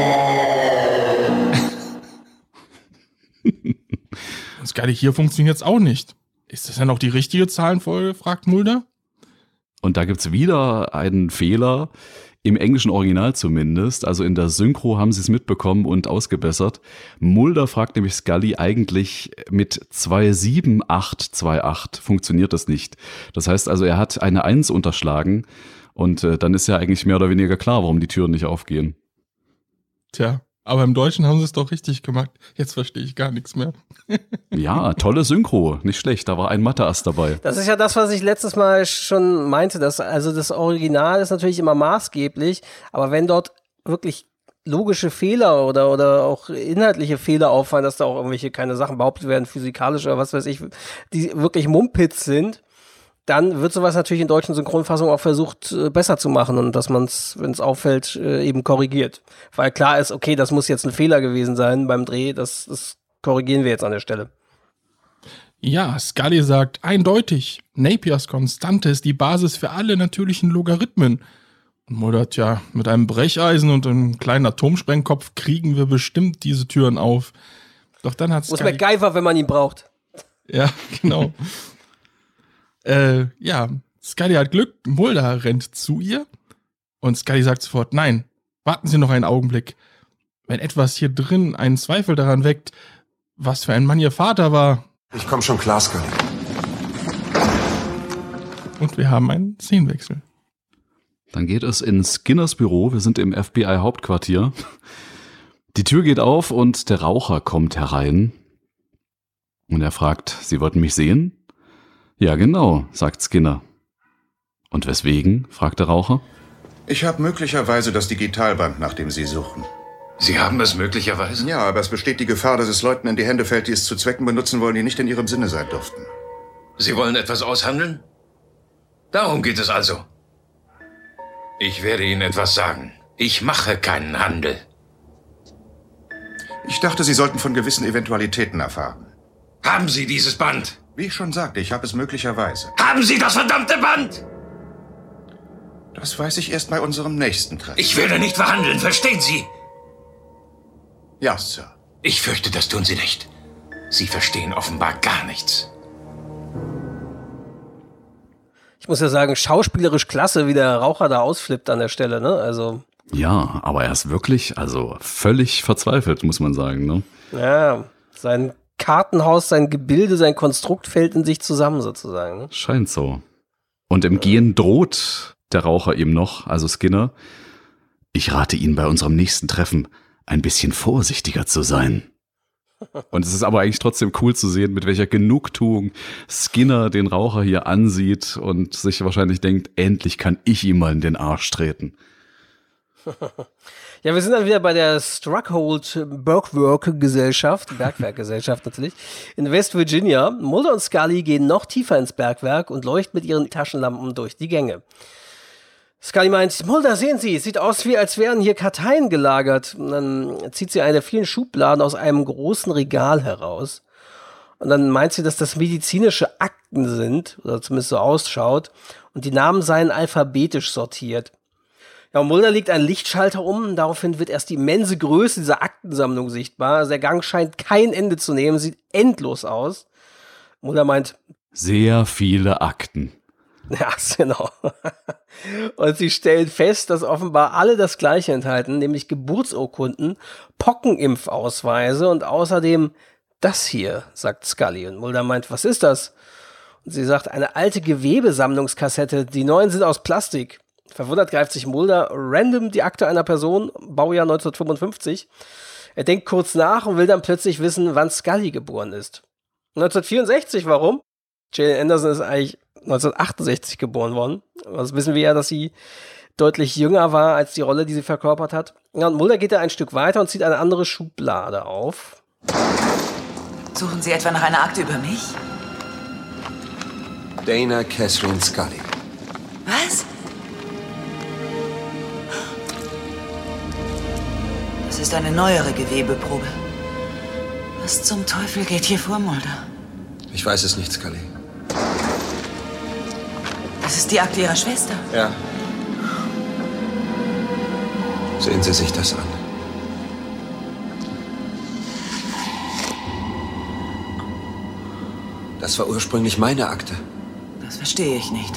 Und Scully, hier funktioniert es auch nicht. Ist das denn auch die richtige Zahlenfolge, fragt Mulder. Und da gibt's wieder einen Fehler, im englischen Original zumindest. Also in der Synchro haben sie es mitbekommen und ausgebessert. Mulder fragt nämlich Scully eigentlich mit zwei sieben acht zwei acht funktioniert das nicht. Das heißt also, er hat eine eins unterschlagen und äh, dann ist ja eigentlich mehr oder weniger klar, warum die Türen nicht aufgehen. Tja, aber im Deutschen haben sie es doch richtig gemacht. Jetzt verstehe ich gar nichts mehr. Ja, tolle Synchro, nicht schlecht. Da war ein Mathe-Ass dabei. Das ist ja das, was ich letztes Mal schon meinte. Dass, also das Original ist natürlich immer maßgeblich, aber wenn dort wirklich logische Fehler oder, oder auch inhaltliche Fehler auffallen, dass da auch irgendwelche keine Sachen behauptet werden, physikalisch oder was weiß ich, die wirklich Mumpitz sind, dann wird sowas natürlich in deutschen Synchronfassungen auch versucht, äh, besser zu machen und dass man es, wenn es auffällt, äh, eben korrigiert. Weil klar ist, okay, das muss jetzt ein Fehler gewesen sein beim Dreh, das, das korrigieren wir jetzt an der Stelle. Ja, Scully sagt eindeutig, Napiers Konstante ist die Basis für alle natürlichen Logarithmen. Und Mulder, tja, mit einem Brecheisen und einem kleinen Atomsprengkopf kriegen wir bestimmt diese Türen auf. Doch dann hat Wo ist Scully... MacGyver, wenn man ihn braucht? Ja, genau. Äh, ja, Scully hat Glück, Mulder rennt zu ihr und Scully sagt sofort, nein, warten Sie noch einen Augenblick. Wenn etwas hier drin einen Zweifel daran weckt, was für ein Mann Ihr Vater war. Ich komm schon klar, Scully. Und wir haben einen Szenenwechsel. Dann geht es in Skinners Büro. Wir sind im F B I-Hauptquartier. Die Tür geht auf und der Raucher kommt herein. Und er fragt, Sie wollten mich sehen? Ja, genau, sagt Skinner. Und weswegen? fragt der Raucher. Ich habe möglicherweise das Digitalband, nach dem Sie suchen. Sie haben es möglicherweise? Ja, aber es besteht die Gefahr, dass es Leuten in die Hände fällt, die es zu Zwecken benutzen wollen, die nicht in ihrem Sinne sein durften. Sie wollen etwas aushandeln? Darum geht es also. Ich werde Ihnen etwas sagen. Ich mache keinen Handel. Ich dachte, Sie sollten von gewissen Eventualitäten erfahren. Haben Sie dieses Band? Wie ich schon sagte, ich habe es möglicherweise. Haben Sie das verdammte Band? Das weiß ich erst bei unserem nächsten Treffen. Ich werde nicht verhandeln, verstehen Sie? Ja, Sir. Ich fürchte, das tun Sie nicht. Sie verstehen offenbar gar nichts. Ich muss ja sagen, schauspielerisch klasse, wie der Raucher da ausflippt an der Stelle, ne? Also. Ja, aber er ist wirklich, also völlig verzweifelt, muss man sagen, ne? Ja, sein Kartenhaus, sein Gebilde, sein Konstrukt fällt in sich zusammen sozusagen. Ne? Scheint so. Und im Gehen droht der Raucher ihm noch, also Skinner. Ich rate Ihnen bei unserem nächsten Treffen ein bisschen vorsichtiger zu sein. Und es ist aber eigentlich trotzdem cool zu sehen, mit welcher Genugtuung Skinner den Raucher hier ansieht und sich wahrscheinlich denkt, endlich kann ich ihm mal in den Arsch treten. Ja, wir sind dann wieder bei der Struckhold Bergwerk-Gesellschaft, Bergwerkgesellschaft natürlich, in West Virginia. Mulder und Scully gehen noch tiefer ins Bergwerk und leuchten mit ihren Taschenlampen durch die Gänge. Scully meint, Mulder, sehen Sie, es sieht aus, wie als wären hier Karteien gelagert. Und dann zieht sie eine der vielen Schubladen aus einem großen Regal heraus. Und dann meint sie, dass das medizinische Akten sind, oder zumindest so ausschaut, und die Namen seien alphabetisch sortiert. Ja, und Mulder legt einen Lichtschalter um, daraufhin wird erst die immense Größe dieser Aktensammlung sichtbar. Also der Gang scheint kein Ende zu nehmen, sieht endlos aus. Mulder meint, sehr viele Akten. Ja, genau. Und sie stellen fest, dass offenbar alle das Gleiche enthalten, nämlich Geburtsurkunden, Pockenimpfausweise und außerdem das hier, sagt Scully. Und Mulder meint, was ist das? Und sie sagt, eine alte Gewebesammlungskassette, die neuen sind aus Plastik. Verwundert greift sich Mulder random die Akte einer Person, Baujahr neunzehnhundertfünfundfünfzig. Er denkt kurz nach und will dann plötzlich wissen, wann Scully geboren ist. neunzehnhundertvierundsechzig, warum? Gillian Anderson ist eigentlich neunzehnhundertachtundsechzig geboren worden. Also wissen wir ja, dass sie deutlich jünger war als die Rolle, die sie verkörpert hat. Ja, und Mulder geht da ein Stück weiter und zieht eine andere Schublade auf. Suchen Sie etwa nach einer Akte über mich? Dana Catherine Scully. Was? Das ist eine neuere Gewebeprobe. Was zum Teufel geht hier vor, Mulder? Ich weiß es nicht, Scully. Das ist die Akte Ihrer Schwester. Ja. Sehen Sie sich das an. Das war ursprünglich meine Akte. Das verstehe ich nicht.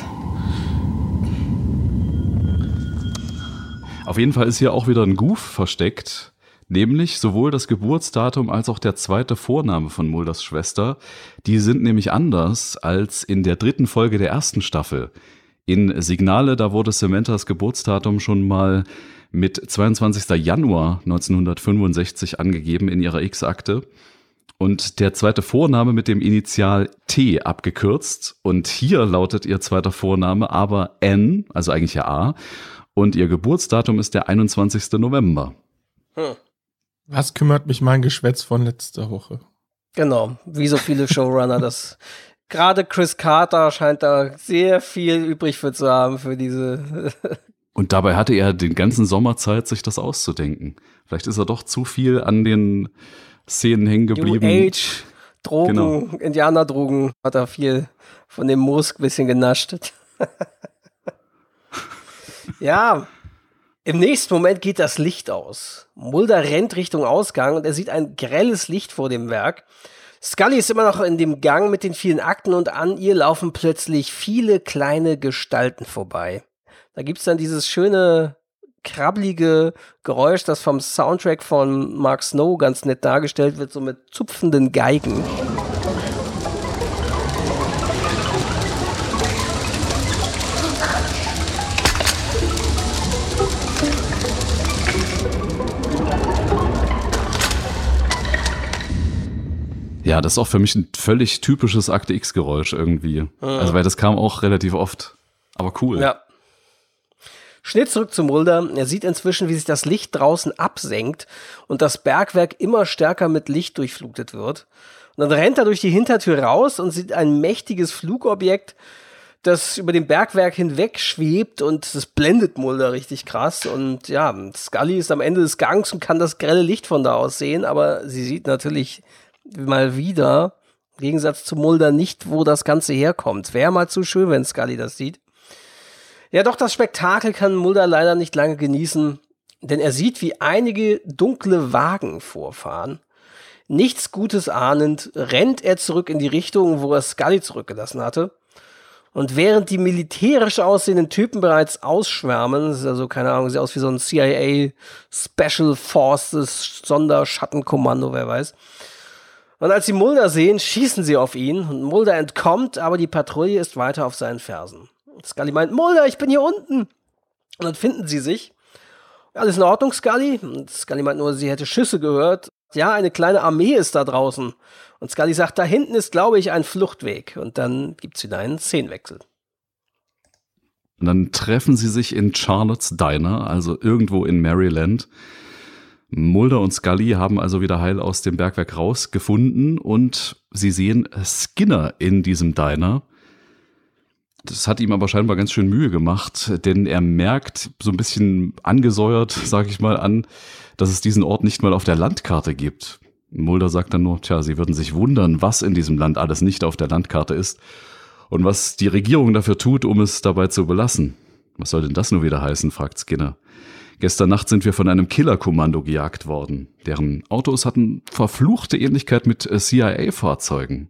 Auf jeden Fall ist hier auch wieder ein Goof versteckt, nämlich sowohl das Geburtsdatum als auch der zweite Vorname von Mulders Schwester. Die sind nämlich anders als in der dritten Folge der ersten Staffel. In Signale, da wurde Samanthas Geburtsdatum schon mal mit zweiundzwanzigster Januar neunzehnhundertfünfundsechzig angegeben in ihrer X-Akte. Und der zweite Vorname mit dem Initial T abgekürzt. Und hier lautet ihr zweiter Vorname aber N, also eigentlich ja A. Und ihr Geburtsdatum ist der einundzwanzigster November. Hm. Was kümmert mich mein Geschwätz von letzter Woche? Genau, wie so viele Showrunner. Das gerade Chris Carter scheint da sehr viel übrig für zu haben für diese. Und dabei hatte er den ganzen Sommer Zeit, sich das auszudenken. Vielleicht ist er doch zu viel an den Szenen hängen geblieben. New Age, Drogen, genau. Indianerdrogen, hat er viel von dem Musk ein bisschen genascht. Ja, im nächsten Moment geht das Licht aus. Mulder rennt Richtung Ausgang und er sieht ein grelles Licht vor dem Werk. Scully ist immer noch in dem Gang mit den vielen Akten und an ihr laufen plötzlich viele kleine Gestalten vorbei. Da gibt's dann dieses schöne, krabbelige Geräusch, das vom Soundtrack von Mark Snow ganz nett dargestellt wird, so mit zupfenden Geigen. Ja, das ist auch für mich ein völlig typisches Akte X-Geräusch irgendwie. Mhm. Also, weil das kam auch relativ oft. Aber cool. Ja. Schnitt zurück zu Mulder. Er sieht inzwischen, wie sich das Licht draußen absenkt und das Bergwerk immer stärker mit Licht durchflutet wird. Und dann rennt er durch die Hintertür raus und sieht ein mächtiges Flugobjekt, das über dem Bergwerk hinweg schwebt und das blendet Mulder richtig krass. Und ja, Scully ist am Ende des Gangs und kann das grelle Licht von da aus sehen, aber sie sieht natürlich mal wieder, im Gegensatz zu Mulder, nicht, wo das Ganze herkommt. Wäre mal zu schön, wenn Scully das sieht. Ja, doch das Spektakel kann Mulder leider nicht lange genießen, denn er sieht, wie einige dunkle Wagen vorfahren. Nichts Gutes ahnend, rennt er zurück in die Richtung, wo er Scully zurückgelassen hatte. Und während die militärisch aussehenden Typen bereits ausschwärmen, das ist also, keine Ahnung, sieht aus wie so ein C I A Special Forces Sonderschattenkommando, wer weiß. Und als sie Mulder sehen, schießen sie auf ihn und Mulder entkommt, aber die Patrouille ist weiter auf seinen Fersen. Scully meint, Mulder, ich bin hier unten. Und dann finden sie sich. Alles in Ordnung, Scully? Und Scully meint nur, sie hätte Schüsse gehört. Ja, eine kleine Armee ist da draußen. Und Scully sagt, da hinten ist, glaube ich, ein Fluchtweg. Und dann gibt's wieder einen Szenenwechsel. Und dann treffen sie sich in Charlottes Diner, also irgendwo in Maryland. Mulder und Scully haben also wieder heil aus dem Bergwerk rausgefunden und sie sehen Skinner in diesem Diner. Das hat ihm aber scheinbar ganz schön Mühe gemacht, denn er merkt so ein bisschen angesäuert, sag ich mal, an, dass es diesen Ort nicht mal auf der Landkarte gibt. Mulder sagt dann nur, tja, sie würden sich wundern, was in diesem Land alles nicht auf der Landkarte ist und was die Regierung dafür tut, um es dabei zu belassen. Was soll denn das nur wieder heißen, fragt Skinner. Gestern Nacht sind wir von einem Killerkommando gejagt worden. Deren Autos hatten verfluchte Ähnlichkeit mit C I A-Fahrzeugen.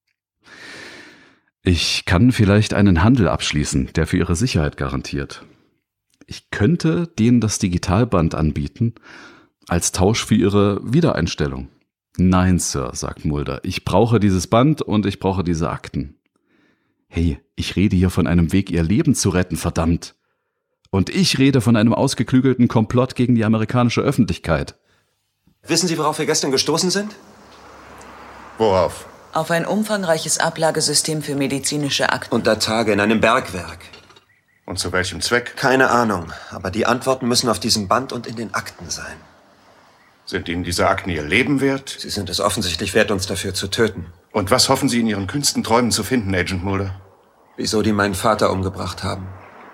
Ich kann vielleicht einen Handel abschließen, der für ihre Sicherheit garantiert. Ich könnte denen das Digitalband anbieten, als Tausch für ihre Wiedereinstellung. Nein, Sir, sagt Mulder, ich brauche dieses Band und ich brauche diese Akten. Hey, ich rede hier von einem Weg, ihr Leben zu retten, verdammt. Und ich rede von einem ausgeklügelten Komplott gegen die amerikanische Öffentlichkeit. Wissen Sie, worauf wir gestern gestoßen sind? Worauf? Auf ein umfangreiches Ablagesystem für medizinische Akten. Unter Tage in einem Bergwerk. Und zu welchem Zweck? Keine Ahnung, aber die Antworten müssen auf diesem Band und in den Akten sein. Sind Ihnen diese Akten Ihr Leben wert? Sie sind es offensichtlich wert, uns dafür zu töten. Und was hoffen Sie in Ihren kühnsten Träumen zu finden, Agent Mulder? Wieso die meinen Vater umgebracht haben.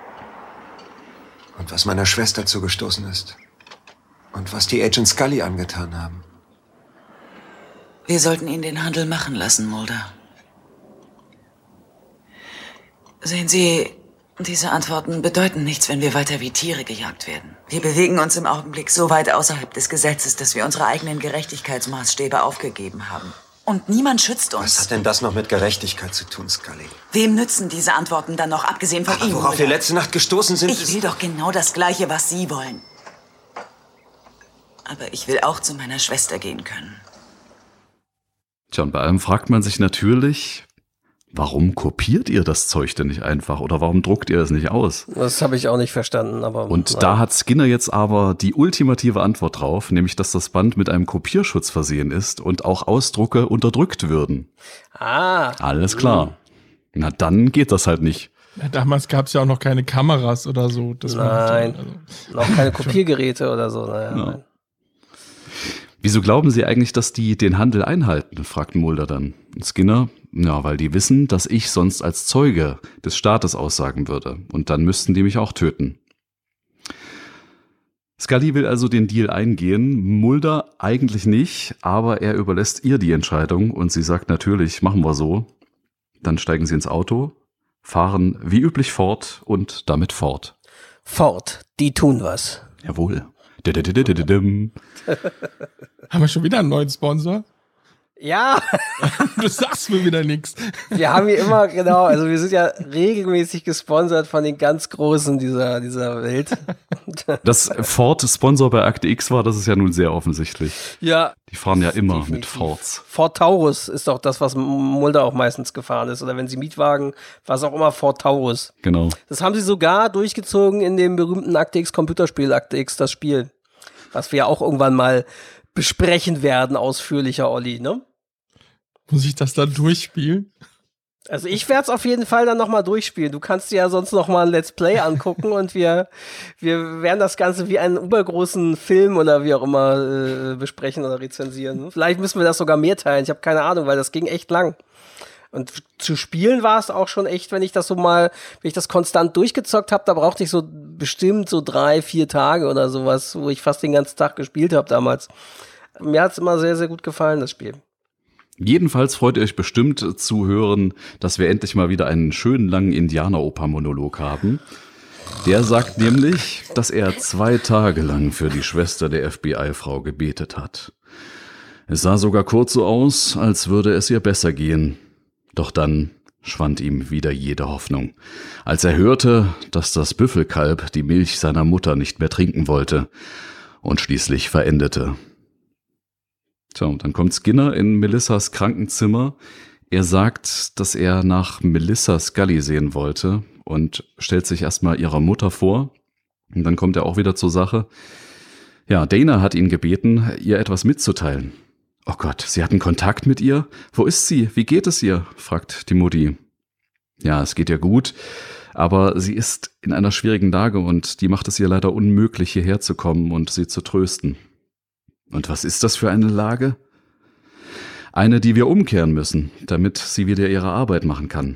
Und was meiner Schwester zugestoßen ist. Und was die Agent Scully angetan haben. Wir sollten ihn den Handel machen lassen, Mulder. Sehen Sie, diese Antworten bedeuten nichts, wenn wir weiter wie Tiere gejagt werden. Wir bewegen uns im Augenblick so weit außerhalb des Gesetzes, dass wir unsere eigenen Gerechtigkeitsmaßstäbe aufgegeben haben. Und niemand schützt uns. Was hat denn das noch mit Gerechtigkeit zu tun, Scully? Wem nützen diese Antworten dann noch, abgesehen von Aber Ihnen? Worauf wir letzte Nacht gestoßen sind, Ich will doch genau das Gleiche, was Sie wollen. Aber ich will auch zu meiner Schwester gehen können. Tja, und bei allem fragt man sich natürlich, warum kopiert ihr das Zeug denn nicht einfach oder warum druckt ihr das nicht aus? Das habe ich auch nicht verstanden. Aber und nein. Da hat Skinner jetzt aber die ultimative Antwort drauf, nämlich dass das Band mit einem Kopierschutz versehen ist und auch Ausdrucke unterdrückt würden. Ah. Alles klar. Mhm. Na, dann geht das halt nicht. Ja, damals gab es ja auch noch keine Kameras oder so. Das nein, also noch keine Kopiergeräte oder so. Naja, ja. Nein. Wieso glauben Sie eigentlich, dass die den Handel einhalten? Fragt Mulder dann. Und Skinner, ja, weil die wissen, dass ich sonst als Zeuge des Staates aussagen würde. Und dann müssten die mich auch töten. Scully will also den Deal eingehen, Mulder eigentlich nicht, aber er überlässt ihr die Entscheidung und sie sagt natürlich, machen wir so. Dann steigen sie ins Auto, fahren wie üblich fort und damit fort. Fort, die tun was. Jawohl. Haben wir schon wieder einen neuen Sponsor? Ja. Du sagst mir wieder nichts. Wir haben hier immer, genau, also wir sind ja regelmäßig gesponsert von den ganz Großen dieser, dieser Welt. Dass Ford Sponsor bei Akte X war, das ist ja nun sehr offensichtlich. Ja. Die fahren ja immer definitiv. mit Fords. Ford Taurus ist doch das, was Mulder auch meistens gefahren ist. Oder wenn sie Mietwagen, war es auch immer Ford Taurus. Genau. Das haben sie sogar durchgezogen in dem berühmten Akte X Computerspiel, Akte X, das Spiel. Was wir ja auch irgendwann mal besprechen werden, ausführlicher, Olli, ne? Muss ich das dann durchspielen? Also ich werde es auf jeden Fall dann nochmal durchspielen. Du kannst dir ja sonst nochmal ein Let's Play angucken und wir, wir werden das Ganze wie einen übergroßen Film oder wie auch immer äh, besprechen oder rezensieren. Vielleicht müssen wir das sogar mehr teilen. Ich habe keine Ahnung, weil das ging echt lang. Und zu spielen war es auch schon echt, wenn ich das so mal, wenn ich das konstant durchgezockt habe, da brauchte ich so bestimmt so drei, vier Tage oder sowas, wo ich fast den ganzen Tag gespielt habe damals. Mir hat es immer sehr, sehr gut gefallen, das Spiel. Jedenfalls freut ihr euch bestimmt zu hören, dass wir endlich mal wieder einen schönen langen Indianeroper-Monolog haben. Der sagt nämlich, dass er zwei Tage lang für die Schwester der F B I-Frau gebetet hat. Es sah sogar kurz so aus, als würde es ihr besser gehen. Doch dann schwand ihm wieder jede Hoffnung, als er hörte, dass das Büffelkalb die Milch seiner Mutter nicht mehr trinken wollte und schließlich verendete. Tja, und dann kommt Skinner in Melissas Krankenzimmer. Er sagt, dass er nach Melissa Scully sehen wollte und stellt sich erstmal ihrer Mutter vor. Und dann kommt er auch wieder zur Sache. Ja, Dana hat ihn gebeten, ihr etwas mitzuteilen. Oh Gott, sie hatten Kontakt mit ihr? Wo ist sie? Wie geht es ihr? Fragt die Mutti. Ja, es geht ihr gut, aber sie ist in einer schwierigen Lage und die macht es ihr leider unmöglich, hierher zu kommen und sie zu trösten. Und was ist das für eine Lage? Eine, die wir umkehren müssen, damit sie wieder ihre Arbeit machen kann.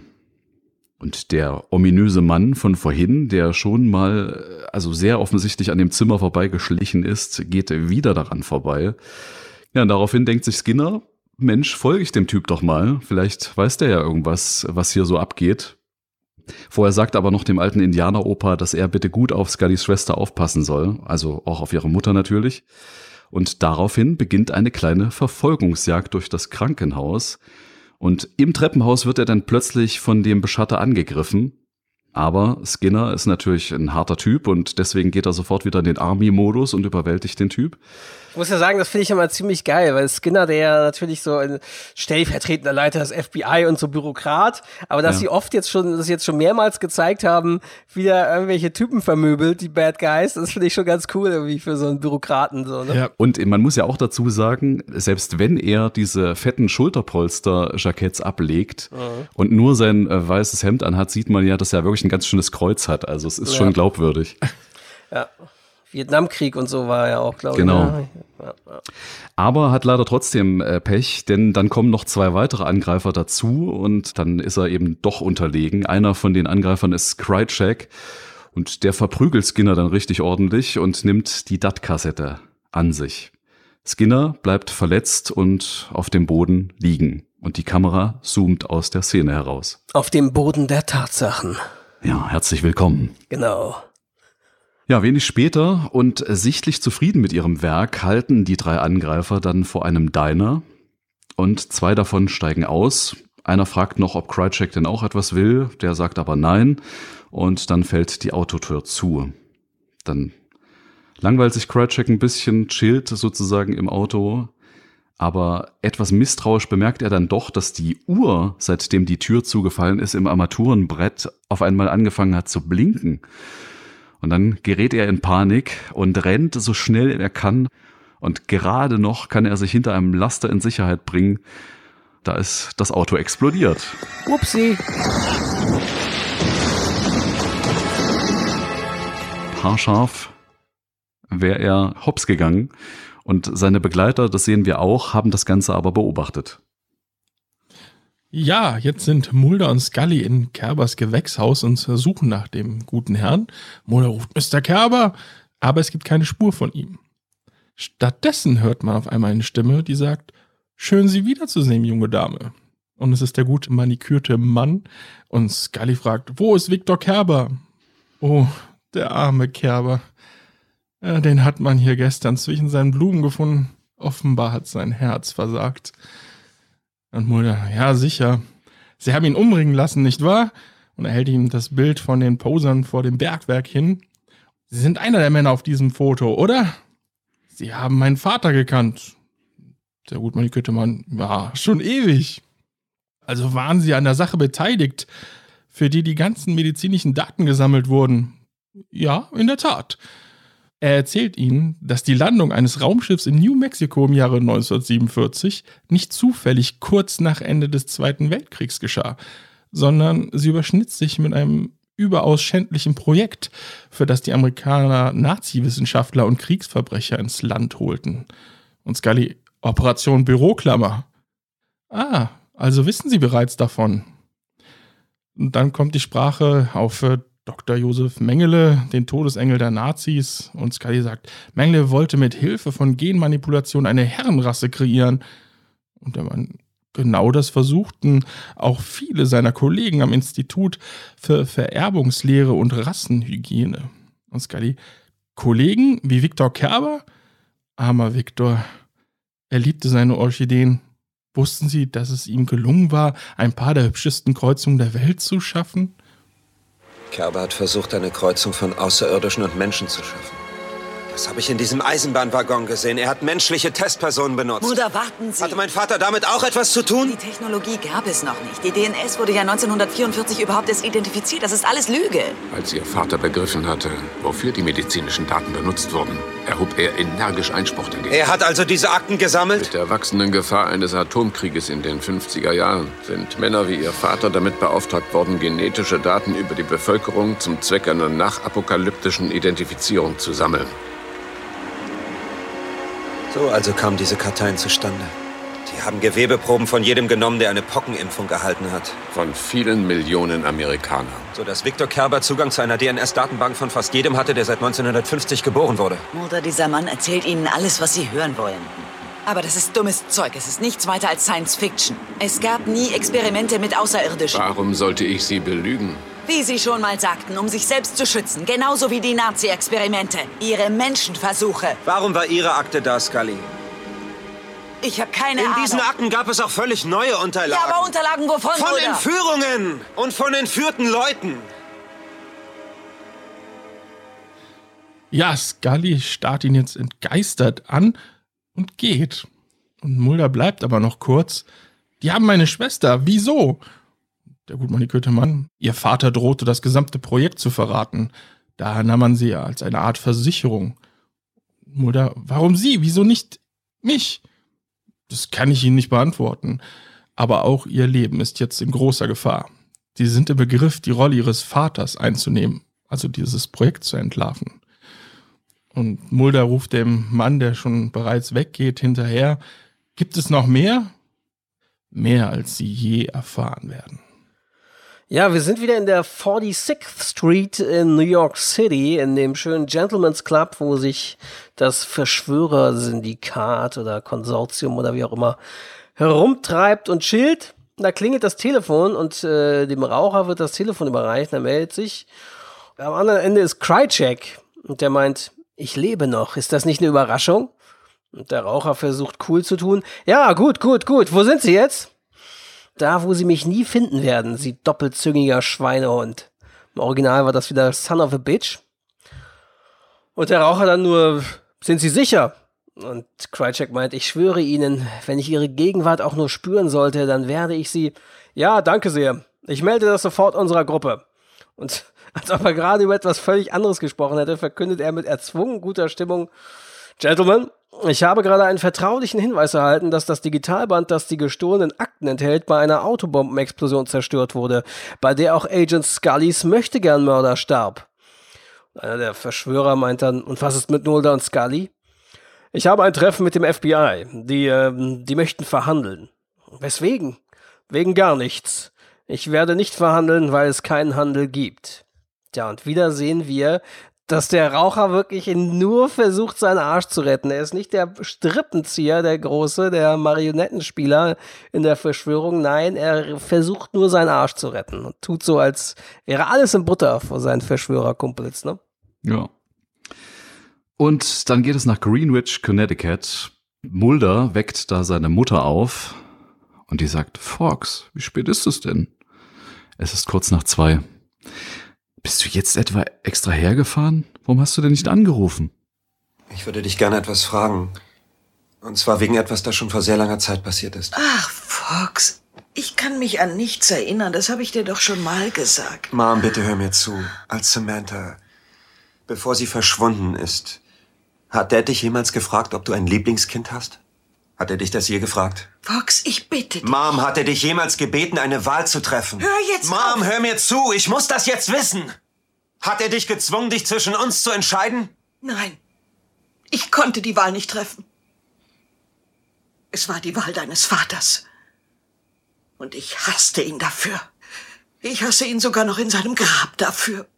Und der ominöse Mann von vorhin, der schon mal, also sehr offensichtlich an dem Zimmer vorbeigeschlichen ist, geht wieder daran vorbei. Ja, und daraufhin denkt sich Skinner, Mensch, folge ich dem Typ doch mal. Vielleicht weiß der ja irgendwas, was hier so abgeht. Vorher sagt aber noch dem alten Indianeroper, dass er bitte gut auf Scullys Schwester aufpassen soll, also auch auf ihre Mutter natürlich. Und daraufhin beginnt eine kleine Verfolgungsjagd durch das Krankenhaus. Und im Treppenhaus wird er dann plötzlich von dem Beschatter angegriffen. Aber Skinner ist natürlich ein harter Typ und deswegen geht er sofort wieder in den Army-Modus und überwältigt den Typ. Ich muss ja sagen, das finde ich immer ziemlich geil, weil Skinner, der ja natürlich so ein stellvertretender Leiter des F B I und so Bürokrat, aber dass ja. sie oft jetzt schon, das jetzt schon mehrmals gezeigt haben, wie er irgendwelche Typen vermöbelt, die Bad Guys, das finde ich schon ganz cool irgendwie für so einen Bürokraten. So, ne? Ja. Und man muss ja auch dazu sagen, selbst wenn er diese fetten Schulterpolster-Jacketts ablegt mhm. und nur sein äh, weißes Hemd anhat, sieht man ja, dass er wirklich ein ganz schönes Kreuz hat. Also es ist ja. schon glaubwürdig. Ja. Vietnamkrieg und so war ja auch, glaube genau. ich. Genau. Ja, ja. Aber hat leider trotzdem äh, Pech, denn dann kommen noch zwei weitere Angreifer dazu und dann ist er eben doch unterlegen. Einer von den Angreifern ist Krycek und der verprügelt Skinner dann richtig ordentlich und nimmt die D A T-Kassette an sich. Skinner bleibt verletzt und auf dem Boden liegen und die Kamera zoomt aus der Szene heraus. Auf dem Boden der Tatsachen. Ja, herzlich willkommen. Genau. Ja, wenig später und sichtlich zufrieden mit ihrem Werk halten die drei Angreifer dann vor einem Diner und zwei davon steigen aus. Einer fragt noch, ob Krycek denn auch etwas will, der sagt aber nein und dann fällt die Autotür zu. Dann langweilt sich Krycek ein bisschen, chillt sozusagen im Auto, aber etwas misstrauisch bemerkt er dann doch, dass die Uhr, seitdem die Tür zugefallen ist, im Armaturenbrett auf einmal angefangen hat zu blinken. Und dann gerät er in Panik und rennt so schnell er kann. Und gerade noch kann er sich hinter einem Laster in Sicherheit bringen. Da ist das Auto explodiert. Upsi. Haarscharf wäre er hops gegangen. Und seine Begleiter, das sehen wir auch, haben das Ganze aber beobachtet. Ja, jetzt sind Mulder und Scully in Kerbers Gewächshaus und suchen nach dem guten Herrn. Mulder ruft Mister Kerber, aber es gibt keine Spur von ihm. Stattdessen hört man auf einmal eine Stimme, die sagt, schön Sie wiederzusehen, junge Dame. Und es ist der gute manikürte Mann. Und Scully fragt, wo ist Viktor Kerber? Oh, der arme Kerber. Ja, den hat man hier gestern zwischen seinen Blumen gefunden. Offenbar hat sein Herz versagt. Und Mulder, ja sicher. Sie haben ihn umbringen lassen, nicht wahr? Und er hält ihm das Bild von den Posern vor dem Bergwerk hin. Sie sind einer der Männer auf diesem Foto, oder? Sie haben meinen Vater gekannt. Der gutmannigte Mann, ja, schon ewig. Also waren Sie an der Sache beteiligt, für die die ganzen medizinischen Daten gesammelt wurden? Ja, in der Tat. Er erzählt ihnen, dass die Landung eines Raumschiffs in New Mexico im Jahre neunzehnhundertsiebenundvierzig nicht zufällig kurz nach Ende des Zweiten Weltkriegs geschah, sondern sie überschnitt sich mit einem überaus schändlichen Projekt, für das die Amerikaner Nazi-Wissenschaftler und Kriegsverbrecher ins Land holten. Und Scully, Operation Büroklammer. Ah, also wissen Sie bereits davon. Und dann kommt die Sprache auf äh, Doktor Josef Mengele, den Todesengel der Nazis. Und Scully sagt, Mengele wollte mit Hilfe von Genmanipulation eine Herrenrasse kreieren. Und der Mann, genau das versuchten auch viele seiner Kollegen am Institut für Vererbungslehre und Rassenhygiene. Und Scully, Kollegen wie Viktor Kerber? Armer Viktor. Er liebte seine Orchideen. Wussten Sie, dass es ihm gelungen war, ein paar der hübschesten Kreuzungen der Welt zu schaffen? Kerber hat versucht, eine Kreuzung von Außerirdischen und Menschen zu schaffen. Das habe ich in diesem Eisenbahnwaggon gesehen. Er hat menschliche Testpersonen benutzt. Bruder, warten Sie. Hatte mein Vater damit auch etwas zu tun? Die Technologie gab es noch nicht. Die D N S wurde ja neunzehnhundertvierundvierzig überhaupt erst identifiziert. Das ist alles Lüge. Als Ihr Vater begriffen hatte, wofür die medizinischen Daten benutzt wurden, erhob er energisch Einspruch dagegen. Er hat also diese Akten gesammelt? Mit der wachsenden Gefahr eines Atomkrieges in den fünfziger Jahren sind Männer wie Ihr Vater damit beauftragt worden, genetische Daten über die Bevölkerung zum Zweck einer nachapokalyptischen Identifizierung zu sammeln. So also kamen diese Karteien zustande. Die haben Gewebeproben von jedem genommen, der eine Pockenimpfung erhalten hat. Von vielen Millionen Amerikanern. So dass Viktor Kerber Zugang zu einer D N S-Datenbank von fast jedem hatte, der seit neunzehnhundertfünfzig geboren wurde. Mulder, dieser Mann erzählt Ihnen alles, was Sie hören wollen. Aber das ist dummes Zeug. Es ist nichts weiter als Science Fiction. Es gab nie Experimente mit Außerirdischen. Warum sollte ich Sie belügen? Wie Sie schon mal sagten, um sich selbst zu schützen. Genauso wie die Nazi-Experimente. Ihre Menschenversuche. Warum war Ihre Akte da, Scully? Ich habe keine In Ahnung. In diesen Akten gab es auch völlig neue Unterlagen. Ja, aber Unterlagen wovon, Von Bruder? Entführungen und von entführten Leuten. Ja, Scully starrt ihn jetzt entgeistert an und geht. Und Mulder bleibt aber noch kurz. Die haben meine Schwester. Wieso? Der gutmannigte Mann. Ihr Vater drohte, das gesamte Projekt zu verraten. Daher nahm man sie als eine Art Versicherung. Mulder, warum Sie? Wieso nicht mich? Das kann ich Ihnen nicht beantworten. Aber auch Ihr Leben ist jetzt in großer Gefahr. Sie sind im Begriff, die Rolle Ihres Vaters einzunehmen, also dieses Projekt zu entlarven. Und Mulder ruft dem Mann, der schon bereits weggeht, hinterher. Gibt es noch mehr? Mehr, als Sie je erfahren werden. Ja, wir sind wieder in der forty-sixth Street in New York City, in dem schönen Gentleman's Club, wo sich das Verschwörersyndikat oder Konsortium oder wie auch immer herumtreibt und chillt. Da klingelt das Telefon und äh, dem Raucher wird das Telefon überreicht, er meldet sich. Am anderen Ende ist Krycek und der meint, ich lebe noch, ist das nicht eine Überraschung? Und der Raucher versucht cool zu tun. Ja, gut, gut, gut, wo sind Sie jetzt? Da, wo Sie mich nie finden werden, Sie doppelzüngiger Schweinehund. Im Original war das wieder Son of a Bitch. Und der Raucher dann nur, sind Sie sicher? Und Krycek meint, ich schwöre Ihnen, wenn ich Ihre Gegenwart auch nur spüren sollte, dann werde ich Sie... Ja, danke sehr. Ich melde das sofort unserer Gruppe. Und als ob er gerade über etwas völlig anderes gesprochen hätte, verkündet er mit erzwungen guter Stimmung, Gentlemen, ich habe gerade einen vertraulichen Hinweis erhalten, dass das Digitalband, das die gestohlenen Akten enthält, bei einer Autobombenexplosion zerstört wurde, bei der auch Agent Scullys Möchtegern-Mörder starb. Einer der Verschwörer meint dann, und was ist mit Mulder und Scully? Ich habe ein Treffen mit dem F B I. Die, ähm, die möchten verhandeln. Weswegen? Wegen gar nichts. Ich werde nicht verhandeln, weil es keinen Handel gibt. Tja, und wieder sehen wir, dass der Raucher wirklich nur versucht, seinen Arsch zu retten. Er ist nicht der Strippenzieher, der Große, der Marionettenspieler in der Verschwörung. Nein, er versucht nur, seinen Arsch zu retten und tut so, als wäre alles in Butter vor seinen Verschwörerkumpels, ne? Ja. Und dann geht es nach Greenwich, Connecticut. Mulder weckt da seine Mutter auf Und die sagt, Fox, wie spät ist es denn? Es ist kurz nach zwei. Bist du jetzt etwa extra hergefahren? Warum hast du denn nicht angerufen? Ich würde dich gerne etwas fragen. Und zwar wegen etwas, das schon vor sehr langer Zeit passiert ist. Ach, Fox, ich kann mich an nichts erinnern. Das habe ich dir doch schon mal gesagt. Mom, bitte hör mir zu. Als Samantha, bevor sie verschwunden ist, hat Dad dich jemals gefragt, ob du ein Lieblingskind hast? Hat er dich das je gefragt? Fox, ich bitte dich. Mom, hat er dich jemals gebeten, eine Wahl zu treffen? Hör jetzt Mom, auf. hör mir zu. Ich muss das jetzt wissen. Hat er dich gezwungen, dich zwischen uns zu entscheiden? Nein, ich konnte die Wahl nicht treffen. Es war die Wahl deines Vaters. Und ich hasste ihn dafür. Ich hasse ihn sogar noch in seinem Grab dafür.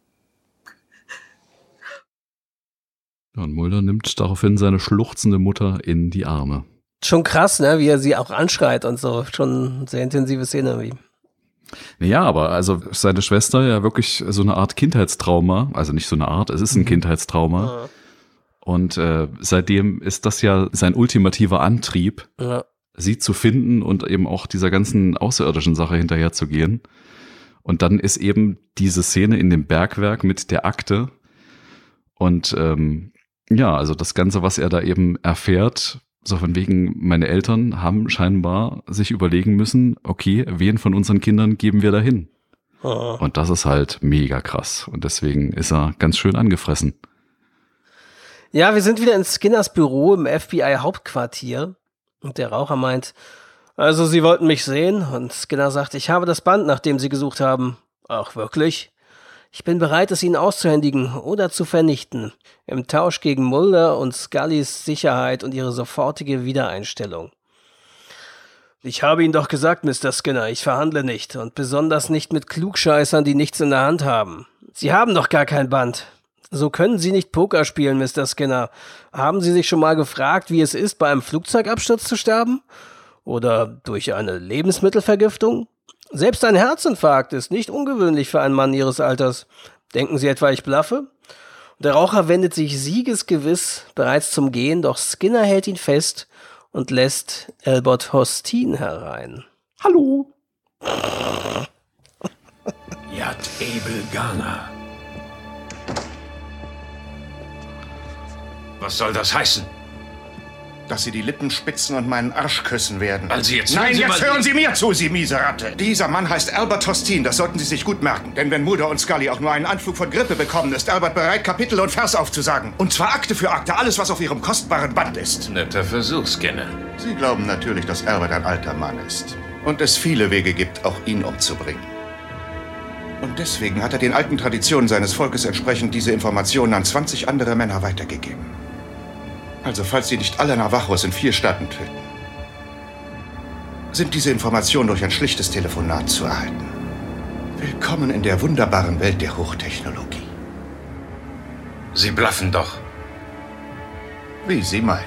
Und Mulder nimmt daraufhin seine schluchzende Mutter in die Arme. Schon krass, ne, wie er sie auch anschreit und so. Schon eine sehr intensive Szene irgendwie. Ja, aber also seine Schwester ja wirklich so eine Art Kindheitstrauma, also nicht so eine Art, es ist ein mhm. Kindheitstrauma. Ja. Und äh, seitdem ist das ja sein ultimativer Antrieb, ja. sie zu finden und eben auch dieser ganzen außerirdischen Sache hinterherzugehen. Und dann ist eben diese Szene in dem Bergwerk mit der Akte und ähm, ja, also das Ganze, was er da eben erfährt, so von wegen, meine Eltern haben scheinbar sich überlegen müssen, okay, wen von unseren Kindern geben wir da hin? Oh. Und das ist halt mega krass. Und deswegen ist er ganz schön angefressen. Ja, wir sind wieder in Skinners Büro im F B I-Hauptquartier. Und der Raucher meint, also Sie wollten mich sehen? Und Skinner sagt, ich habe das Band, nach dem Sie gesucht haben. Ach, wirklich? Ich bin bereit, es Ihnen auszuhändigen oder zu vernichten. Im Tausch gegen Mulder und Scullys Sicherheit und ihre sofortige Wiedereinstellung. Ich habe Ihnen doch gesagt, Mister Skinner, ich verhandle nicht. Und besonders nicht mit Klugscheißern, die nichts in der Hand haben. Sie haben doch gar kein Band. So können Sie nicht Poker spielen, Mister Skinner. Haben Sie sich schon mal gefragt, wie es ist, bei einem Flugzeugabsturz zu sterben? Oder durch eine Lebensmittelvergiftung? Selbst ein Herzinfarkt ist nicht ungewöhnlich für einen Mann Ihres Alters. Denken Sie etwa, ich blaffe? Der Raucher wendet sich siegesgewiss bereits zum Gehen, doch Skinner hält ihn fest und lässt Albert Hostin herein. Hallo. Yat Abel Ghana. Was soll das heißen? Dass Sie die Lippen spitzen und meinen Arsch küssen werden. Also jetzt Nein, Sie jetzt mal hören Sie mir zu, Sie miese Ratte. Dieser Mann heißt Albert Hostin, das sollten Sie sich gut merken. Denn wenn Mulder und Scully auch nur einen Anflug von Grippe bekommen, ist Albert bereit, Kapitel und Vers aufzusagen. Und zwar Akte für Akte, alles, was auf Ihrem kostbaren Band ist. Netter Versuch, Skinner. Sie glauben natürlich, dass Albert ein alter Mann ist. Und es viele Wege gibt, auch ihn umzubringen. Und deswegen hat er den alten Traditionen seines Volkes entsprechend diese Informationen an zwanzig andere Männer weitergegeben. Also falls Sie nicht alle Navajos in vier Staaten töten, sind diese Informationen durch ein schlichtes Telefonat zu erhalten. Willkommen in der wunderbaren Welt der Hochtechnologie. Sie bluffen doch. Wie Sie meinen.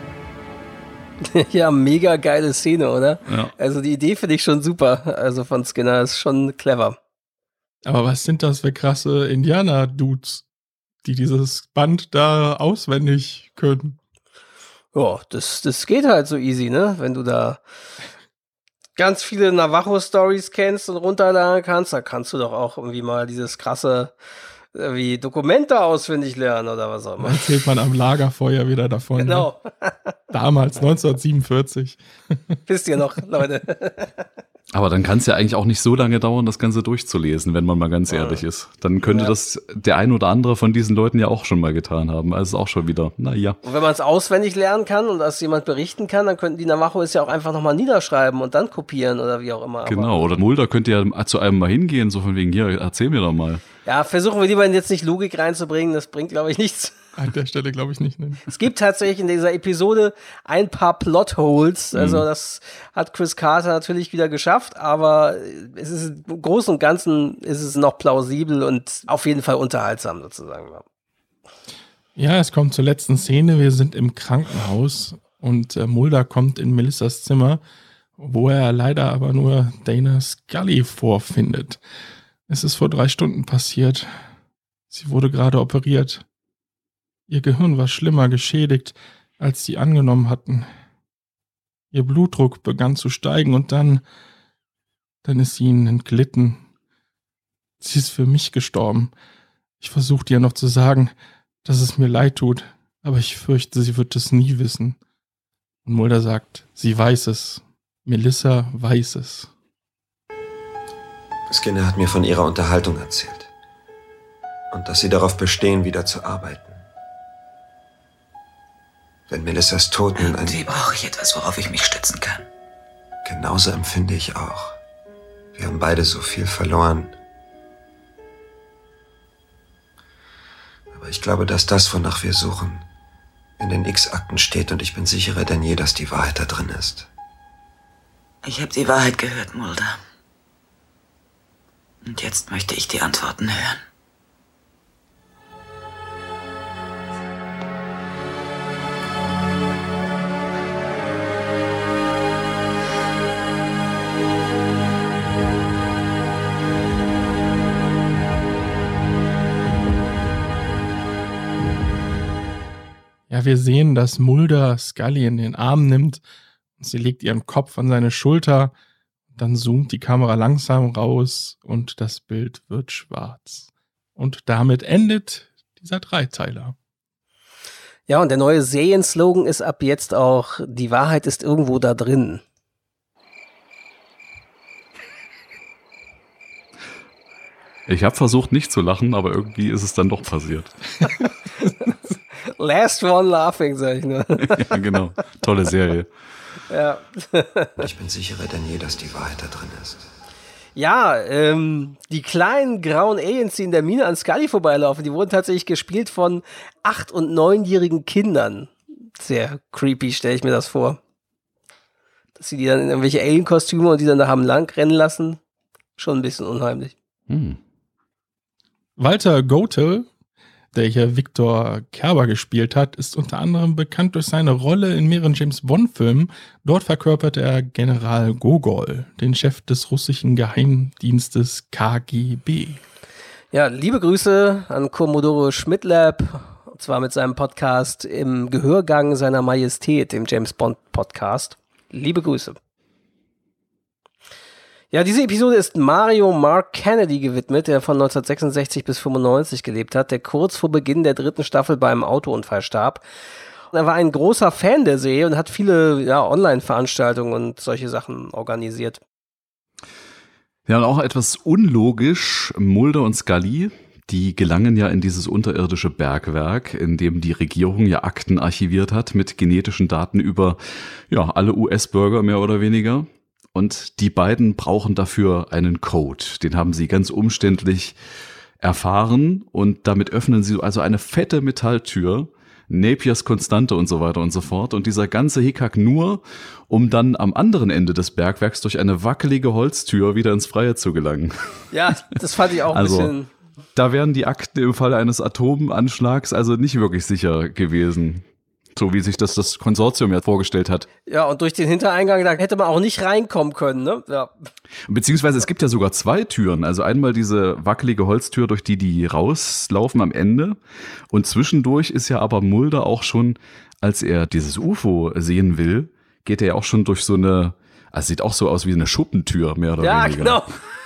Ja, mega geile Szene, oder? Ja. Also die Idee finde ich schon super. Also von Skinner ist schon clever. Aber was sind das für krasse Indianer-Dudes, die dieses Band da auswendig können? Ja, das, das geht halt so easy, ne? Wenn du da ganz viele Navajo-Stories kennst und runterladen kannst, dann kannst du doch auch irgendwie mal dieses krasse wie Dokumente auswendig lernen oder was auch immer. Erzählt man am Lagerfeuer wieder davon. Genau. Ne? Damals, neunzehnhundertsiebenundvierzig. Wisst ihr noch, Leute? Aber dann kann es ja eigentlich auch nicht so lange dauern, das Ganze durchzulesen, wenn man mal ganz ja. ehrlich ist. Dann könnte ja. das der ein oder andere von diesen Leuten ja auch schon mal getan haben. Also auch schon wieder, naja. Und wenn man es auswendig lernen kann und das jemand berichten kann, dann könnten die Navajo es ja auch einfach nochmal niederschreiben und dann kopieren oder wie auch immer. Genau, Aber, oder Mulder könnte ja zu einem mal hingehen, so von wegen, hier, erzähl mir doch mal. Ja, versuchen wir lieber jetzt nicht Logik reinzubringen, das bringt, glaube ich, nichts. An der Stelle glaube ich nicht. Ne? Es gibt tatsächlich in dieser Episode ein paar Plotholes. Also das hat Chris Carter natürlich wieder geschafft, aber es ist im Großen und Ganzen ist es noch plausibel und auf jeden Fall unterhaltsam sozusagen. Ja, es kommt zur letzten Szene. Wir sind im Krankenhaus und äh, Mulder kommt in Melissas Zimmer, wo er leider aber nur Dana Scully vorfindet. Es ist vor drei Stunden passiert. Sie wurde gerade operiert. Ihr Gehirn war schlimmer geschädigt, als sie angenommen hatten. Ihr Blutdruck begann zu steigen und dann, dann ist sie ihnen entglitten. Sie ist für mich gestorben. Ich versuchte ihr noch zu sagen, dass es mir leid tut, aber ich fürchte, sie wird es nie wissen. Und Mulder sagt, sie weiß es. Melissa weiß es. Skinner hat mir von ihrer Unterhaltung erzählt. Und dass sie darauf bestehen, wieder zu arbeiten. Wenn Melissas Tod nun ein... Irgendwie brauche ich etwas, worauf ich mich stützen kann. Genauso empfinde ich auch. Wir haben beide so viel verloren. Aber ich glaube, dass das, wonach wir suchen, in den X-Akten steht und ich bin sicherer denn je, dass die Wahrheit da drin ist. Ich habe die Wahrheit gehört, Mulder. Und jetzt möchte ich die Antworten hören. Ja, wir sehen, dass Mulder Scully in den Arm nimmt und sie legt ihren Kopf an seine Schulter. Dann zoomt die Kamera langsam raus und das Bild wird schwarz. Und damit endet dieser Dreiteiler. Ja, und der neue Serienslogan ist ab jetzt auch, die Wahrheit ist irgendwo da drin. Ich habe versucht, nicht zu lachen, aber irgendwie ist es dann doch passiert. Last one laughing, sag ich nur. Ja, genau. Tolle Serie. Ja. Ich bin sicherer denn je, dass die Wahrheit da drin ist. Ja, ähm, die kleinen grauen Aliens, die in der Mine an Scully vorbeilaufen, die wurden tatsächlich gespielt von acht- und neunjährigen Kindern. Sehr creepy, stelle ich mir das vor. Dass sie die dann in irgendwelche Alien-Kostüme und die dann da haben lang rennen lassen. Schon ein bisschen unheimlich. Hm. Walter Goethel, der hier Victor Kerber gespielt hat, ist unter anderem bekannt durch seine Rolle in mehreren James-Bond-Filmen. Dort verkörpert er General Gogol, den Chef des russischen Geheimdienstes K G B. Ja, liebe Grüße an Commodore Schmidlab, und zwar mit seinem Podcast Im Gehörgang seiner Majestät, dem James-Bond-Podcast. Liebe Grüße. Ja, diese Episode ist Mario Mark Kennedy gewidmet, der von neunzehnhundertsechsundsechzig bis fünfundneunzig gelebt hat, der kurz vor Beginn der dritten Staffel bei einem Autounfall starb. Er war ein großer Fan der Serie und hat viele ja, Online-Veranstaltungen und solche Sachen organisiert. Ja, und auch etwas unlogisch, Mulder und Scully, die gelangen ja in dieses unterirdische Bergwerk, in dem die Regierung ja Akten archiviert hat mit genetischen Daten über ja, alle U S-Bürger mehr oder weniger. Und die beiden brauchen dafür einen Code. Den haben sie ganz umständlich erfahren und damit öffnen sie also eine fette Metalltür, Napiers Konstante und so weiter und so fort. Und dieser ganze Hickhack nur, um dann am anderen Ende des Bergwerks durch eine wackelige Holztür wieder ins Freie zu gelangen. Ja, das fand ich auch ein also, bisschen... Da wären die Akten im Falle eines Atomanschlags also nicht wirklich sicher gewesen. So wie sich das das Konsortium ja vorgestellt hat. Ja, und durch den Hintereingang, da hätte man auch nicht reinkommen können, ne? Ja. Beziehungsweise es gibt ja sogar zwei Türen. Also einmal diese wackelige Holztür, durch die die rauslaufen am Ende. Und zwischendurch ist ja aber Mulder auch schon, als er dieses U F O sehen will, geht er ja auch schon durch so eine, also sieht auch so aus wie eine Schuppentür, mehr oder ja, weniger. Ja, genau.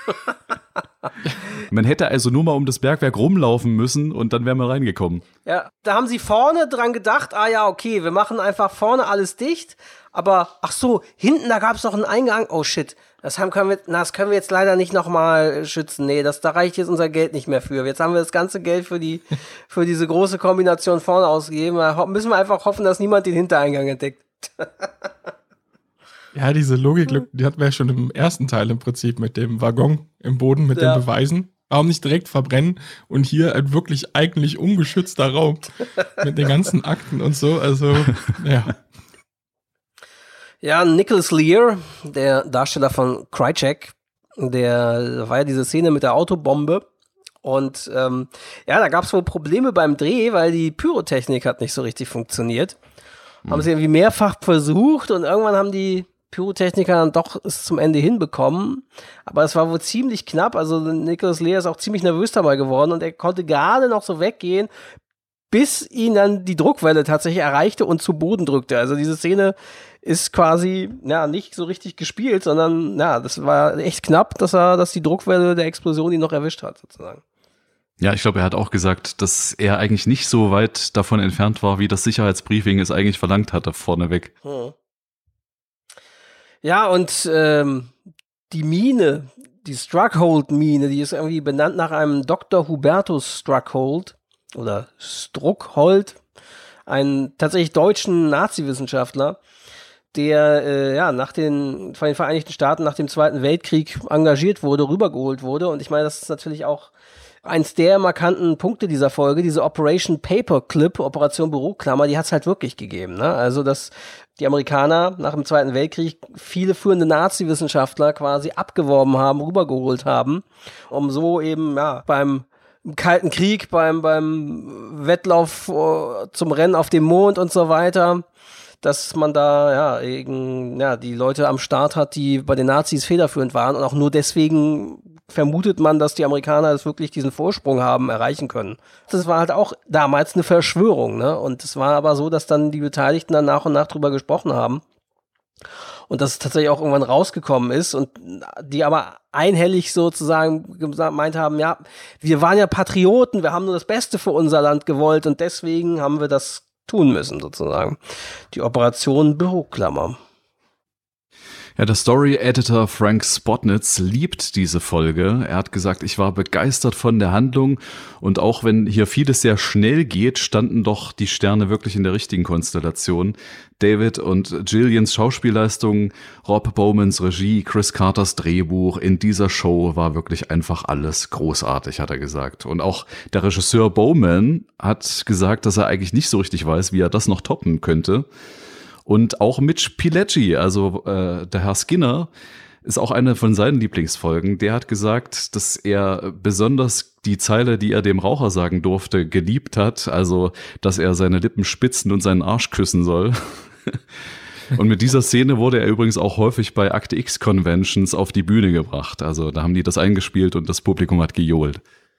Man hätte also nur mal um das Bergwerk rumlaufen müssen und dann wäre man reingekommen. Ja, da haben sie vorne dran gedacht, ah ja, okay, wir machen einfach vorne alles dicht, aber ach so, hinten, da gab es noch einen Eingang, oh shit, das, haben, können wir, na, das können wir jetzt leider nicht nochmal schützen, nee, das, da reicht jetzt unser Geld nicht mehr für. Jetzt haben wir das ganze Geld für, die, für diese große Kombination vorne ausgegeben, da müssen wir einfach hoffen, dass niemand den Hintereingang entdeckt. Ja, diese Logik, die hatten wir ja schon im ersten Teil im Prinzip mit dem Waggon im Boden, mit ja. den Beweisen. Warum nicht direkt verbrennen? Und hier ein wirklich eigentlich ungeschützter Raum mit den ganzen Akten und so. Also, ja. Ja, Nicholas Lear, der Darsteller von Krycek, der da war ja diese Szene mit der Autobombe. Und ähm, ja, da gab es wohl Probleme beim Dreh, weil die Pyrotechnik hat nicht so richtig funktioniert. Hm. Haben sie irgendwie mehrfach versucht und irgendwann haben die Pyrotechniker dann doch es zum Ende hinbekommen, aber es war wohl ziemlich knapp, also Nicholas Lear ist auch ziemlich nervös dabei geworden und er konnte gerade noch so weggehen, bis ihn dann die Druckwelle tatsächlich erreichte und zu Boden drückte. Also diese Szene ist quasi ja nicht so richtig gespielt, sondern ja, das war echt knapp, dass er, dass die Druckwelle der Explosion ihn noch erwischt hat, sozusagen. Ja, ich glaube, er hat auch gesagt, dass er eigentlich nicht so weit davon entfernt war, wie das Sicherheitsbriefing es eigentlich verlangt hatte, vorneweg. Hm. Ja, und ähm, die Mine, die Struckhold-Mine, die ist irgendwie benannt nach einem Doktor Hubertus Struckhold oder Struckhold, einen tatsächlich deutschen Nazi-Wissenschaftler, der äh, ja nach den, von den Vereinigten Staaten nach dem Zweiten Weltkrieg engagiert wurde, rübergeholt wurde. Und ich meine, das ist natürlich auch eins der markanten Punkte dieser Folge, diese Operation Paperclip, Operation Büroklammer, die hat es halt wirklich gegeben. Ne? Also, dass die Amerikaner nach dem Zweiten Weltkrieg viele führende Nazi-Wissenschaftler quasi abgeworben haben, rübergeholt haben, um so eben ja beim Kalten Krieg, beim, beim Wettlauf zum Rennen auf dem Mond und so weiter, dass man da ja, eben, ja die Leute am Start hat, die bei den Nazis federführend waren und auch nur deswegen vermutet man, dass die Amerikaner das wirklich diesen Vorsprung haben erreichen können. Das war halt auch damals eine Verschwörung, ne? Und es war aber so, dass dann die Beteiligten dann nach und nach drüber gesprochen haben und dass es tatsächlich auch irgendwann rausgekommen ist und die aber einhellig sozusagen gemeint haben, ja, wir waren ja Patrioten, wir haben nur das Beste für unser Land gewollt und deswegen haben wir das tun müssen, sozusagen. Die Operation Büroklammer. Ja, der Story-Editor Frank Spotnitz liebt diese Folge. Er hat gesagt, ich war begeistert von der Handlung und auch wenn hier vieles sehr schnell geht, standen doch die Sterne wirklich in der richtigen Konstellation. David und Gillians Schauspielleistung, Rob Bowmans Regie, Chris Carters Drehbuch, in dieser Show war wirklich einfach alles großartig, hat er gesagt. Und auch der Regisseur Bowman hat gesagt, dass er eigentlich nicht so richtig weiß, wie er das noch toppen könnte. Und auch Mitch Pileggi, also äh, der Herr Skinner, ist auch eine von seinen Lieblingsfolgen. Der hat gesagt, dass er besonders die Zeile, die er dem Raucher sagen durfte, geliebt hat. Also, dass er seine Lippen spitzen und seinen Arsch küssen soll. Und mit dieser Szene wurde er übrigens auch häufig bei Akte X Conventions auf die Bühne gebracht. Also, da haben die das eingespielt und das Publikum hat gejohlt.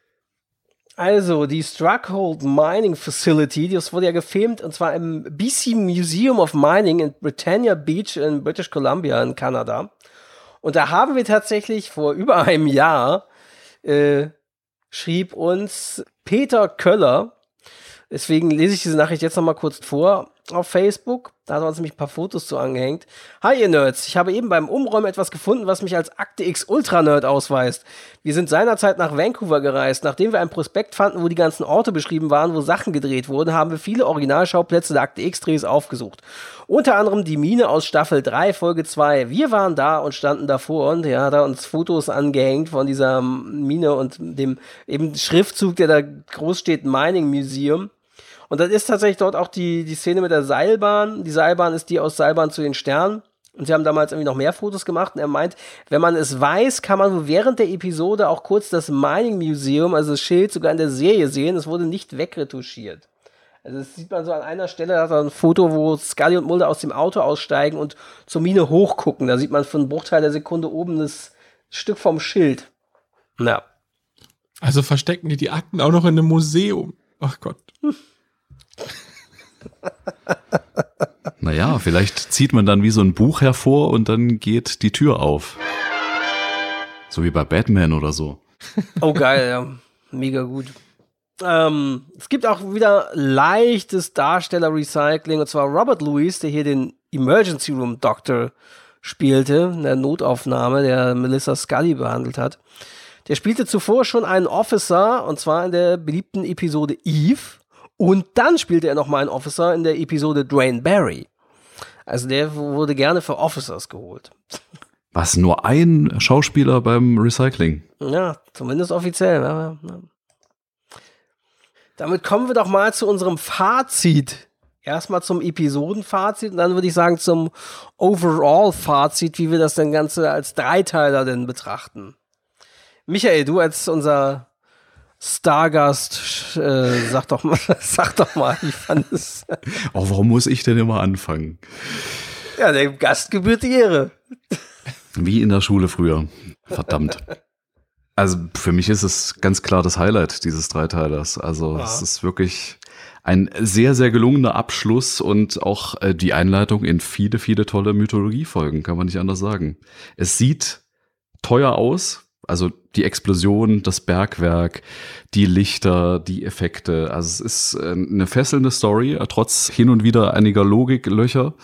Also, die Struckhold Mining Facility, das wurde ja gefilmt, und zwar im B C Museum of Mining in Britannia Beach in British Columbia in Kanada. Und da haben wir tatsächlich vor über einem Jahr, äh, schrieb uns Peter Köller, deswegen lese ich diese Nachricht jetzt nochmal kurz vor, auf Facebook. Da hat er uns nämlich ein paar Fotos zu angehängt. Hi ihr Nerds, ich habe eben beim Umräumen etwas gefunden, was mich als Akte X Ultra Nerd ausweist. Wir sind seinerzeit nach Vancouver gereist. Nachdem wir ein Prospekt fanden, wo die ganzen Orte beschrieben waren, wo Sachen gedreht wurden, haben wir viele Originalschauplätze der Akte X Drehs aufgesucht. Unter anderem die Mine aus Staffel drei, Folge zwei. Wir waren da und standen davor und ja, da uns Fotos angehängt von dieser Mine und dem eben Schriftzug, der da groß steht, Mining Museum. Und das ist tatsächlich dort auch die, die Szene mit der Seilbahn. Die Seilbahn ist die aus Seilbahn zu den Sternen. Und sie haben damals irgendwie noch mehr Fotos gemacht. Und er meint, wenn man es weiß, kann man während der Episode auch kurz das Mining Museum, also das Schild, sogar in der Serie sehen. Es wurde nicht wegretuschiert. Also das sieht man so an einer Stelle, da hat er ein Foto, wo Scully und Mulder aus dem Auto aussteigen und zur Mine hochgucken. Da sieht man für einen Bruchteil der Sekunde oben das Stück vom Schild. Ja. Also verstecken die die Akten auch noch in einem Museum. Ach Gott. Hm. Naja, vielleicht zieht man dann wie so ein Buch hervor und dann geht die Tür auf. So wie bei Batman oder so. Oh geil, ja. Mega gut. Ähm, es gibt auch wieder leichtes Darsteller-Recycling, und zwar Robert Lewis, der hier den Emergency Room Doctor spielte, in der Notaufnahme, der Melissa Scully behandelt hat. Der spielte zuvor schon einen Officer, und zwar in der beliebten Episode Eve. Und dann spielte er nochmal einen Officer in der Episode Duane Barry. Also der wurde gerne für Officers geholt. Was, nur ein Schauspieler beim Recycling? Ja, zumindest offiziell. Ja, ja. Damit kommen wir doch mal zu unserem Fazit. Erstmal zum Episodenfazit und dann würde ich sagen zum Overall-Fazit, wie wir das denn Ganze als Dreiteiler denn betrachten. Michael, du als unser Stargast, äh, sag doch mal, sag doch mal, wie fand es? Oh, warum muss ich denn immer anfangen? Ja, dem Gast gebührt die Ehre. Wie in der Schule früher. Verdammt. Also für mich ist es ganz klar das Highlight dieses Dreiteilers. Also ja. Es ist wirklich ein sehr, sehr gelungener Abschluss und auch äh, die Einleitung in viele, viele tolle Mythologiefolgen, kann man nicht anders sagen. Es sieht teuer aus. Also die Explosion, das Bergwerk, die Lichter, die Effekte. Also es ist eine fesselnde Story, trotz hin und wieder einiger Logiklöcher.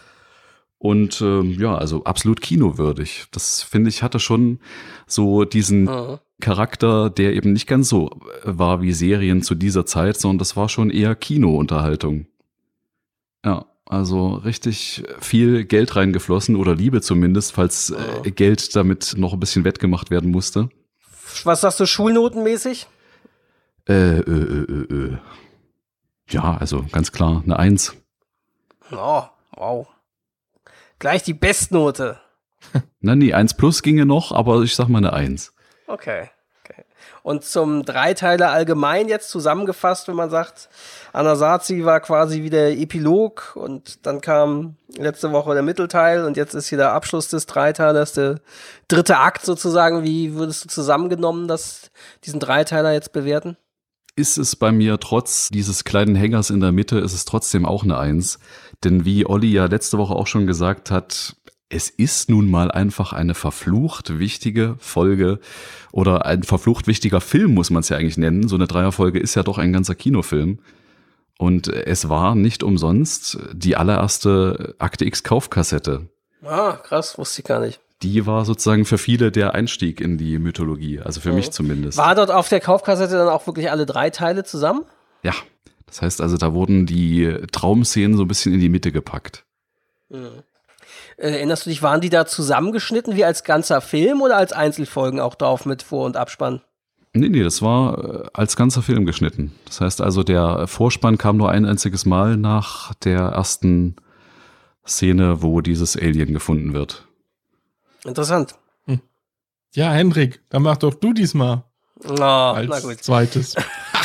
Und ähm, ja, also absolut kinowürdig. Das, finde ich, hatte schon so diesen oh. Charakter, der eben nicht ganz so war wie Serien zu dieser Zeit, sondern das war schon eher Kinounterhaltung. Ja. Also richtig viel Geld reingeflossen oder Liebe zumindest, falls oh. äh, Geld damit noch ein bisschen wettgemacht werden musste. Was sagst du schulnotenmäßig? Äh, äh, äh, äh. Ja, also ganz klar eine Eins. Oh, wow. Gleich die Bestnote. Na nee, eins plus ginge noch, aber ich sag mal eine Eins. Okay. okay. Und zum Dreiteiler allgemein jetzt zusammengefasst, wenn man sagt, Anasazi war quasi wie der Epilog und dann kam letzte Woche der Mittelteil und jetzt ist hier der Abschluss des Dreiteilers, der dritte Akt sozusagen. Wie würdest du zusammengenommen das, diesen Dreiteiler jetzt bewerten? Ist es bei mir trotz dieses kleinen Hängers in der Mitte, ist es trotzdem auch eine Eins. Denn wie Olli ja letzte Woche auch schon gesagt hat, es ist nun mal einfach eine verflucht wichtige Folge oder ein verflucht wichtiger Film, muss man es ja eigentlich nennen. So eine Dreierfolge ist ja doch ein ganzer Kinofilm. Und es war nicht umsonst die allererste Akte X Kaufkassette. Ah, krass, wusste ich gar nicht. Die war sozusagen für viele der Einstieg in die Mythologie, also für mhm. mich zumindest. War dort auf der Kaufkassette dann auch wirklich alle drei Teile zusammen? Ja, das heißt also, da wurden die Traumszenen so ein bisschen in die Mitte gepackt. Mhm. Erinnerst du dich, waren die da zusammengeschnitten wie als ganzer Film oder als Einzelfolgen auch drauf mit Vor- und Abspann? Nee, nee, das war als ganzer Film geschnitten. Das heißt also, der Vorspann kam nur ein einziges Mal nach der ersten Szene, wo dieses Alien gefunden wird. Interessant. Hm. Ja, Hendrik, dann mach doch du diesmal. Oh, als na gut. zweites.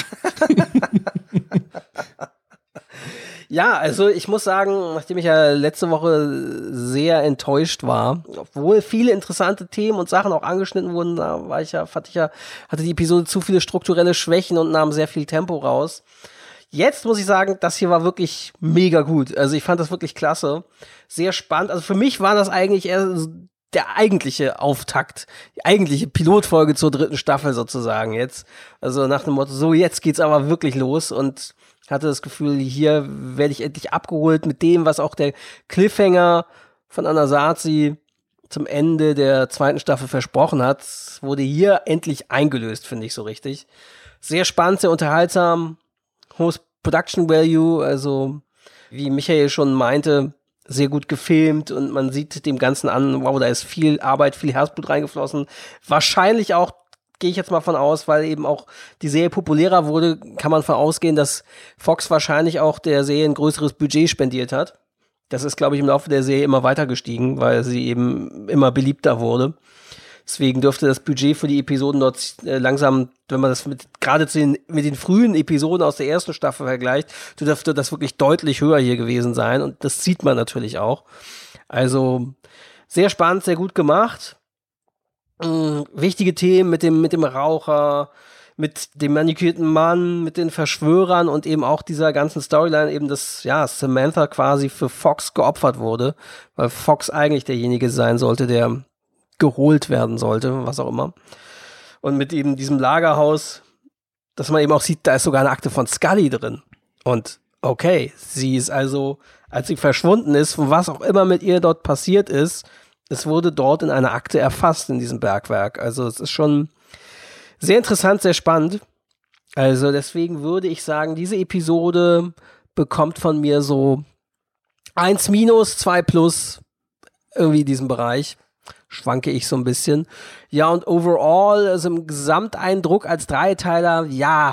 Ja, also ich muss sagen, nachdem ich ja letzte Woche sehr enttäuscht war, obwohl viele interessante Themen und Sachen auch angeschnitten wurden, da war ich ja, fand ich ja, hatte die Episode zu viele strukturelle Schwächen und nahm sehr viel Tempo raus. Jetzt muss ich sagen, das hier war wirklich mega gut. Also ich fand das wirklich klasse. Sehr spannend. Also für mich war das eigentlich eher der eigentliche Auftakt, die eigentliche Pilotfolge zur dritten Staffel sozusagen jetzt. Also nach dem Motto, so jetzt geht's aber wirklich los und hatte das Gefühl, hier werde ich endlich abgeholt mit dem, was auch der Cliffhanger von Anasazi zum Ende der zweiten Staffel versprochen hat. Wurde hier endlich eingelöst, finde ich so richtig. Sehr spannend, sehr unterhaltsam, hohes Production Value, also wie Michael schon meinte, sehr gut gefilmt und man sieht dem Ganzen an, wow, da ist viel Arbeit, viel Herzblut reingeflossen. Wahrscheinlich auch, gehe ich jetzt mal von aus, weil eben auch die Serie populärer wurde, kann man von ausgehen, dass Fox wahrscheinlich auch der Serie ein größeres Budget spendiert hat. Das ist, glaube ich, im Laufe der Serie immer weiter gestiegen, weil sie eben immer beliebter wurde. Deswegen dürfte das Budget für die Episoden dort äh, langsam, wenn man das mit, gerade zu den, mit den frühen Episoden aus der ersten Staffel vergleicht, dürfte das wirklich deutlich höher hier gewesen sein. Und das sieht man natürlich auch. Also sehr spannend, sehr gut gemacht. Ähm, wichtige Themen mit dem, mit dem Raucher, mit dem manikürten Mann, mit den Verschwörern und eben auch dieser ganzen Storyline, eben, dass ja, Samantha quasi für Fox geopfert wurde, weil Fox eigentlich derjenige sein sollte, der geholt werden sollte, was auch immer. Und mit eben diesem Lagerhaus, dass man eben auch sieht, da ist sogar eine Akte von Scully drin. Und okay, sie ist also, als sie verschwunden ist, von was auch immer mit ihr dort passiert ist, es wurde dort in einer Akte erfasst in diesem Bergwerk. Also es ist schon sehr interessant, sehr spannend. Also deswegen würde ich sagen, diese Episode bekommt von mir so eins minus, zwei plus, irgendwie in diesem Bereich. Schwanke ich so ein bisschen. Ja, und overall, also im Gesamteindruck als Dreiteiler, ja,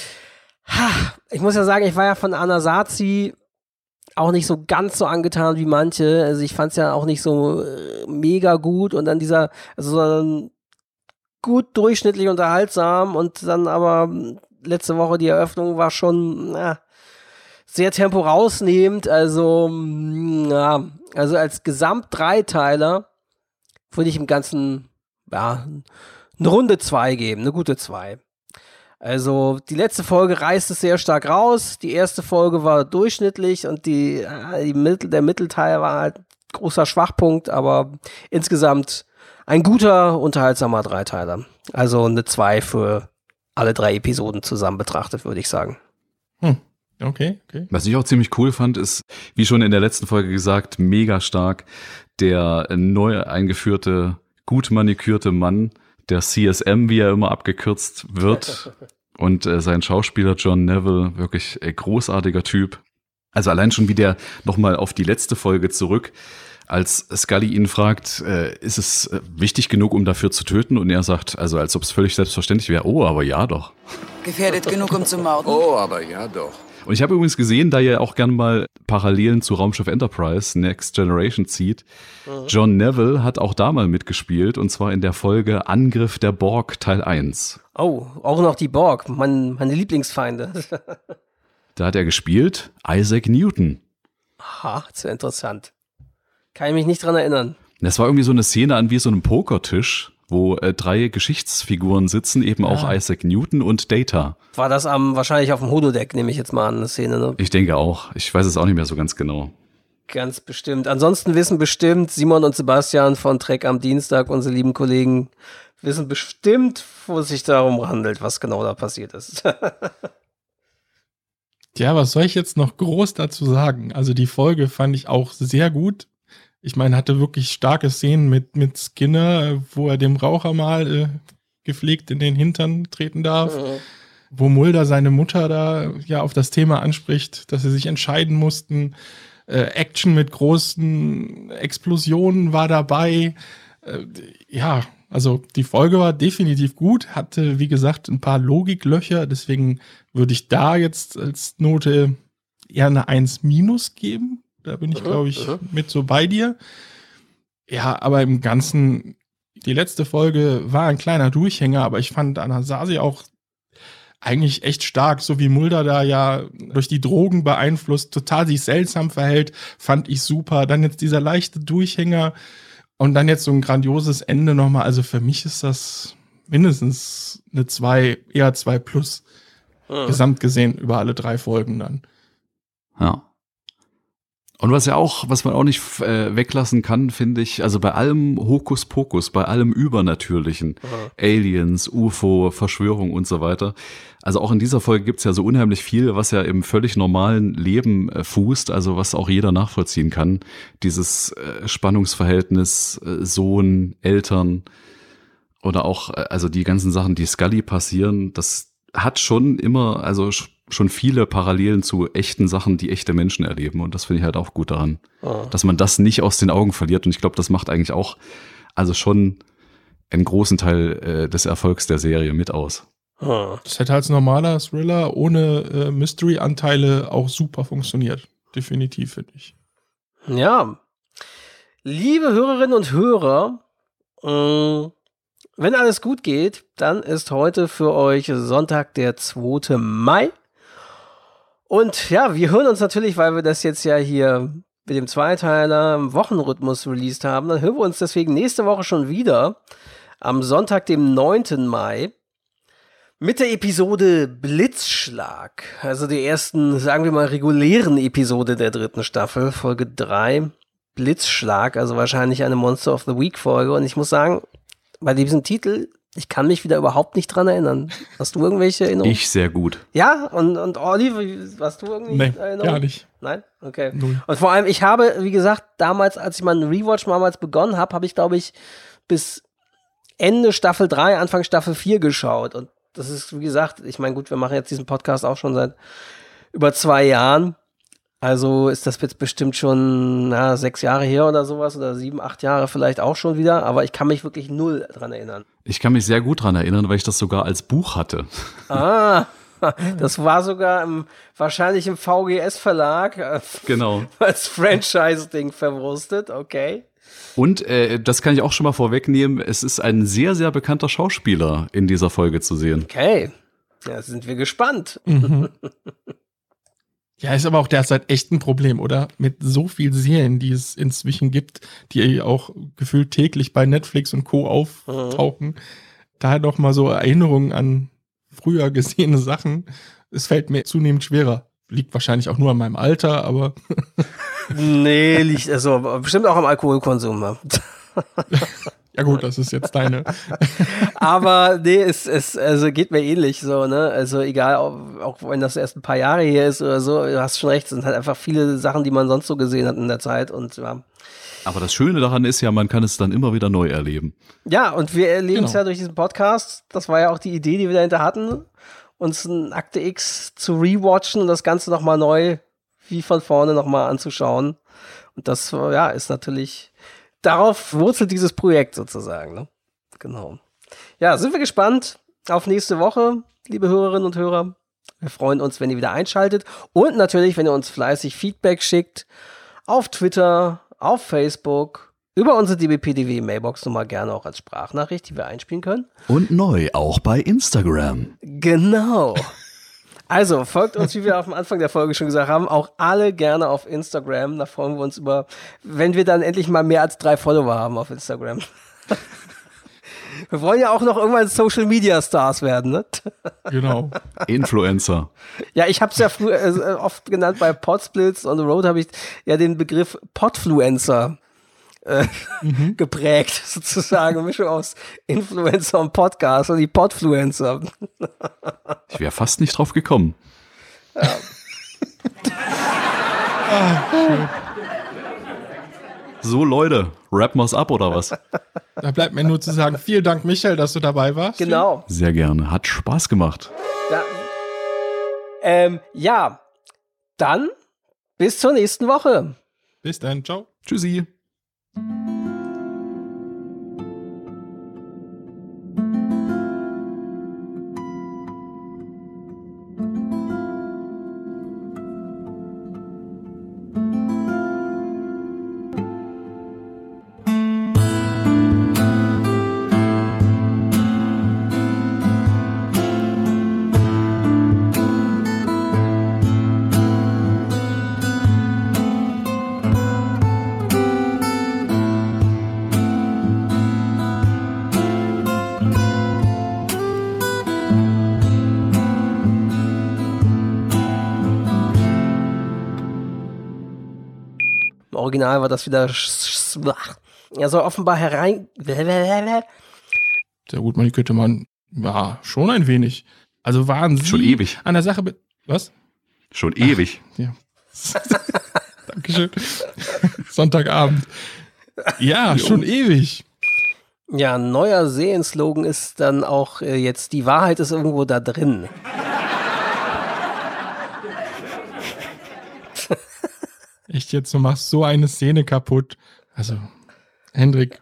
ich muss ja sagen, ich war ja von Anasazi auch nicht so ganz so angetan wie manche. Also ich fand es ja auch nicht so äh, mega gut und dann dieser, also sondern gut durchschnittlich unterhaltsam und dann aber letzte Woche die Eröffnung war schon na, sehr tempo rausnehmend. Also, ja, also als Gesamt-Dreiteiler würde ich im Ganzen ja, eine Runde zwei geben, eine gute zwei. Also die letzte Folge reißt es sehr stark raus. Die erste Folge war durchschnittlich und die, die Mittel, der Mittelteil war halt großer Schwachpunkt, aber insgesamt ein guter, unterhaltsamer Dreiteiler. Also eine zwei für alle drei Episoden zusammen betrachtet, würde ich sagen. Hm. Okay, okay. Was ich auch ziemlich cool fand, ist, wie schon in der letzten Folge gesagt, mega stark, der neu eingeführte, gut manikürte Mann, der C S M, wie er immer abgekürzt wird, und äh, sein Schauspieler John Neville, wirklich äh, großartiger Typ. Also allein schon wie der nochmal auf die letzte Folge zurück, als Scully ihn fragt, äh, ist es äh, wichtig genug, um dafür zu töten? Und er sagt, also als ob es völlig selbstverständlich wäre, oh, aber ja doch. Gefährdet genug, um zu morden? Oh, aber ja doch. Und ich habe übrigens gesehen, da ihr auch gerne mal Parallelen zu Raumschiff Enterprise Next Generation zieht, mhm. John Neville hat auch da mal mitgespielt, und zwar in der Folge Angriff der Borg Teil eins. Oh, auch noch die Borg, mein, meine Lieblingsfeinde. Da hat er gespielt Isaac Newton. Aha, sehr interessant. Kann ich mich nicht dran erinnern. Das war irgendwie so eine Szene an wie so einem Pokertisch, wo äh, drei Geschichtsfiguren sitzen, eben ja. auch Isaac Newton und Data. War das am wahrscheinlich auf dem Holodeck, nehme ich jetzt mal an, eine Szene, ne? Ich denke auch. Ich weiß es auch nicht mehr so ganz genau. Ganz bestimmt. Ansonsten wissen bestimmt Simon und Sebastian von Trek am Dienstag, unsere lieben Kollegen, wissen bestimmt, wo es sich darum handelt, was genau da passiert ist. Ja, was soll ich jetzt noch groß dazu sagen? Also die Folge fand ich auch sehr gut. Ich meine, hatte wirklich starke Szenen mit, mit Skinner, wo er dem Raucher mal äh, gepflegt in den Hintern treten darf. Mhm. Wo Mulder seine Mutter da ja auf das Thema anspricht, dass sie sich entscheiden mussten. Äh, Action mit großen Explosionen war dabei. Äh, ja, also die Folge war definitiv gut, hatte wie gesagt ein paar Logiklöcher, deswegen würde ich da jetzt als Note eher eine eins minus geben. Da bin ich, glaube ich, mit so bei dir. Ja, aber im Ganzen, die letzte Folge war ein kleiner Durchhänger, aber ich fand Anasazi auch eigentlich echt stark, so wie Mulder da ja durch die Drogen beeinflusst, total sich seltsam verhält, fand ich super. Dann jetzt dieser leichte Durchhänger und dann jetzt so ein grandioses Ende nochmal. Also für mich ist das mindestens eine zwei, eher zwei plus, hm. gesamt gesehen über alle drei Folgen dann. Ja. Und was ja auch, was man auch nicht äh, weglassen kann, finde ich, also bei allem Hokuspokus, bei allem Übernatürlichen, Aha. Aliens, U F O, Verschwörung und so weiter. Also auch in dieser Folge gibt's ja so unheimlich viel, was ja im völlig normalen Leben äh, fußt, also was auch jeder nachvollziehen kann. Dieses äh, Spannungsverhältnis äh, Sohn, Eltern oder auch, äh, also die ganzen Sachen, die Scully passieren, das hat schon immer, also schon viele Parallelen zu echten Sachen, die echte Menschen erleben. Und das finde ich halt auch gut daran, oh. dass man das nicht aus den Augen verliert. Und ich glaube, das macht eigentlich auch also schon einen großen Teil äh, des Erfolgs der Serie mit aus. Oh. Das hätte als normaler Thriller ohne äh, Mystery-Anteile auch super funktioniert. Definitiv, finde ich. Ja. Liebe Hörerinnen und Hörer, äh, wenn alles gut geht, dann ist heute für euch Sonntag, der zweite Mai. Und ja, wir hören uns natürlich, weil wir das jetzt ja hier mit dem Zweiteiler im Wochenrhythmus released haben, dann hören wir uns deswegen nächste Woche schon wieder am Sonntag, dem neunten Mai mit der Episode Blitzschlag. Also der ersten, sagen wir mal, regulären Episode der dritten Staffel, Folge drei, Blitzschlag, also wahrscheinlich eine Monster of the Week Folge. Und ich muss sagen, bei diesem Titel, ich kann mich wieder überhaupt nicht dran erinnern. Hast du irgendwelche Erinnerungen? Ich sehr gut. Ja, und, und Olli, hast du irgendwie nee, Erinnerungen? Gar nicht. Nein? Okay. Null. Und vor allem, ich habe, wie gesagt, damals, als ich meinen Rewatch damals begonnen habe, habe ich, glaube ich, bis Ende Staffel drei, Anfang Staffel vier geschaut. Und das ist, wie gesagt, ich meine, gut, wir machen jetzt diesen Podcast auch schon seit über zwei Jahren. Also ist das jetzt bestimmt schon na, sechs Jahre her oder sowas oder sieben, acht Jahre vielleicht auch schon wieder, aber ich kann mich wirklich null dran erinnern. Ich kann mich sehr gut dran erinnern, weil ich das sogar als Buch hatte. Ah, das war sogar im, wahrscheinlich im V G S-Verlag äh, genau. als Franchise-Ding verwurstet, okay. Und äh, das kann ich auch schon mal vorwegnehmen, es ist ein sehr, sehr bekannter Schauspieler in dieser Folge zu sehen. Okay, ja, sind wir gespannt. Mhm. Ja, ist aber auch derzeit echt ein Problem, oder? Mit so vielen Serien, die es inzwischen gibt, die auch gefühlt täglich bei Netflix und Co. auftauchen. da noch mal so Erinnerungen an früher gesehene Sachen. Es fällt mir zunehmend schwerer. Liegt wahrscheinlich auch nur an meinem Alter, aber nee, liegt also bestimmt auch am Alkoholkonsum. Ne? Ja gut, das ist jetzt deine. Aber nee, es, es also geht mir ähnlich so, ne? Also egal, auch, auch wenn das erst ein paar Jahre hier ist oder so, du hast schon recht, es sind halt einfach viele Sachen, die man sonst so gesehen hat in der Zeit und ja. Aber das Schöne daran ist ja, man kann es dann immer wieder neu erleben. Ja, und wir erleben es Genau. ja durch diesen Podcast. Das war ja auch die Idee, die wir dahinter hatten, uns ein Akte X zu rewatchen und das Ganze nochmal neu, wie von vorne nochmal anzuschauen. Und das, ja, ist natürlich, darauf wurzelt dieses Projekt sozusagen, ne? Genau. Ja, sind wir gespannt auf nächste Woche, liebe Hörerinnen und Hörer. Wir freuen uns, wenn ihr wieder einschaltet und natürlich, wenn ihr uns fleißig Feedback schickt auf Twitter, auf Facebook, über unsere D B P D W-Mailbox-Nummer gerne auch als Sprachnachricht, die wir einspielen können. Und neu, auch bei Instagram. Genau. Also, folgt uns, wie wir am Anfang der Folge schon gesagt haben, auch alle gerne auf Instagram. Da freuen wir uns über, wenn wir dann endlich mal mehr als drei Follower haben auf Instagram. Wir wollen ja auch noch irgendwann Social-Media-Stars werden, ne? Genau. Influencer. Ja, ich habe es ja früher äh, oft genannt bei Podsplits on the Road habe ich ja den Begriff Podfluencer äh, mhm. geprägt, sozusagen. Eine Mischung aus Influencer und Podcast und die Podfluencer. Ich wäre fast nicht drauf gekommen. Ja. Ah, schön. So Leute, rappen wir's ab oder was? Da bleibt mir nur zu sagen, vielen Dank Michael, dass du dabei warst. Genau. Sehr gerne, hat Spaß gemacht. Ja, ähm, ja, dann bis zur nächsten Woche. Bis dann, ciao. Tschüssi. Original war das wieder. Er soll offenbar herein. Sehr gut, man könnte man. Ja, schon ein wenig. Also waren Sie schon ewig an der Sache. Be- Was? Schon ewig. Ach, ja. Dankeschön. Sonntagabend. Ja, jo. Schon ewig. Ja, ein neuer Serienslogan ist dann auch äh, jetzt: Die Wahrheit ist irgendwo da drin. Echt jetzt, du machst so eine Szene kaputt. Also, Hendrik.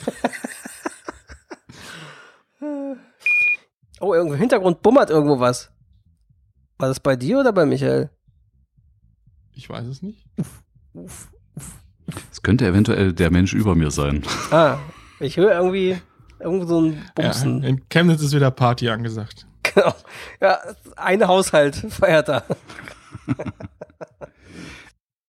Oh, irgendwo im Hintergrund bummert irgendwo was. War das bei dir oder bei Michael? Ich weiß es nicht. Es könnte eventuell der Mensch über mir sein. Ah, ich höre irgendwie irgendwo so ein Bumsen. Ja, in Chemnitz ist wieder Party angesagt. Genau. Ja, ein Haushalt feiert da.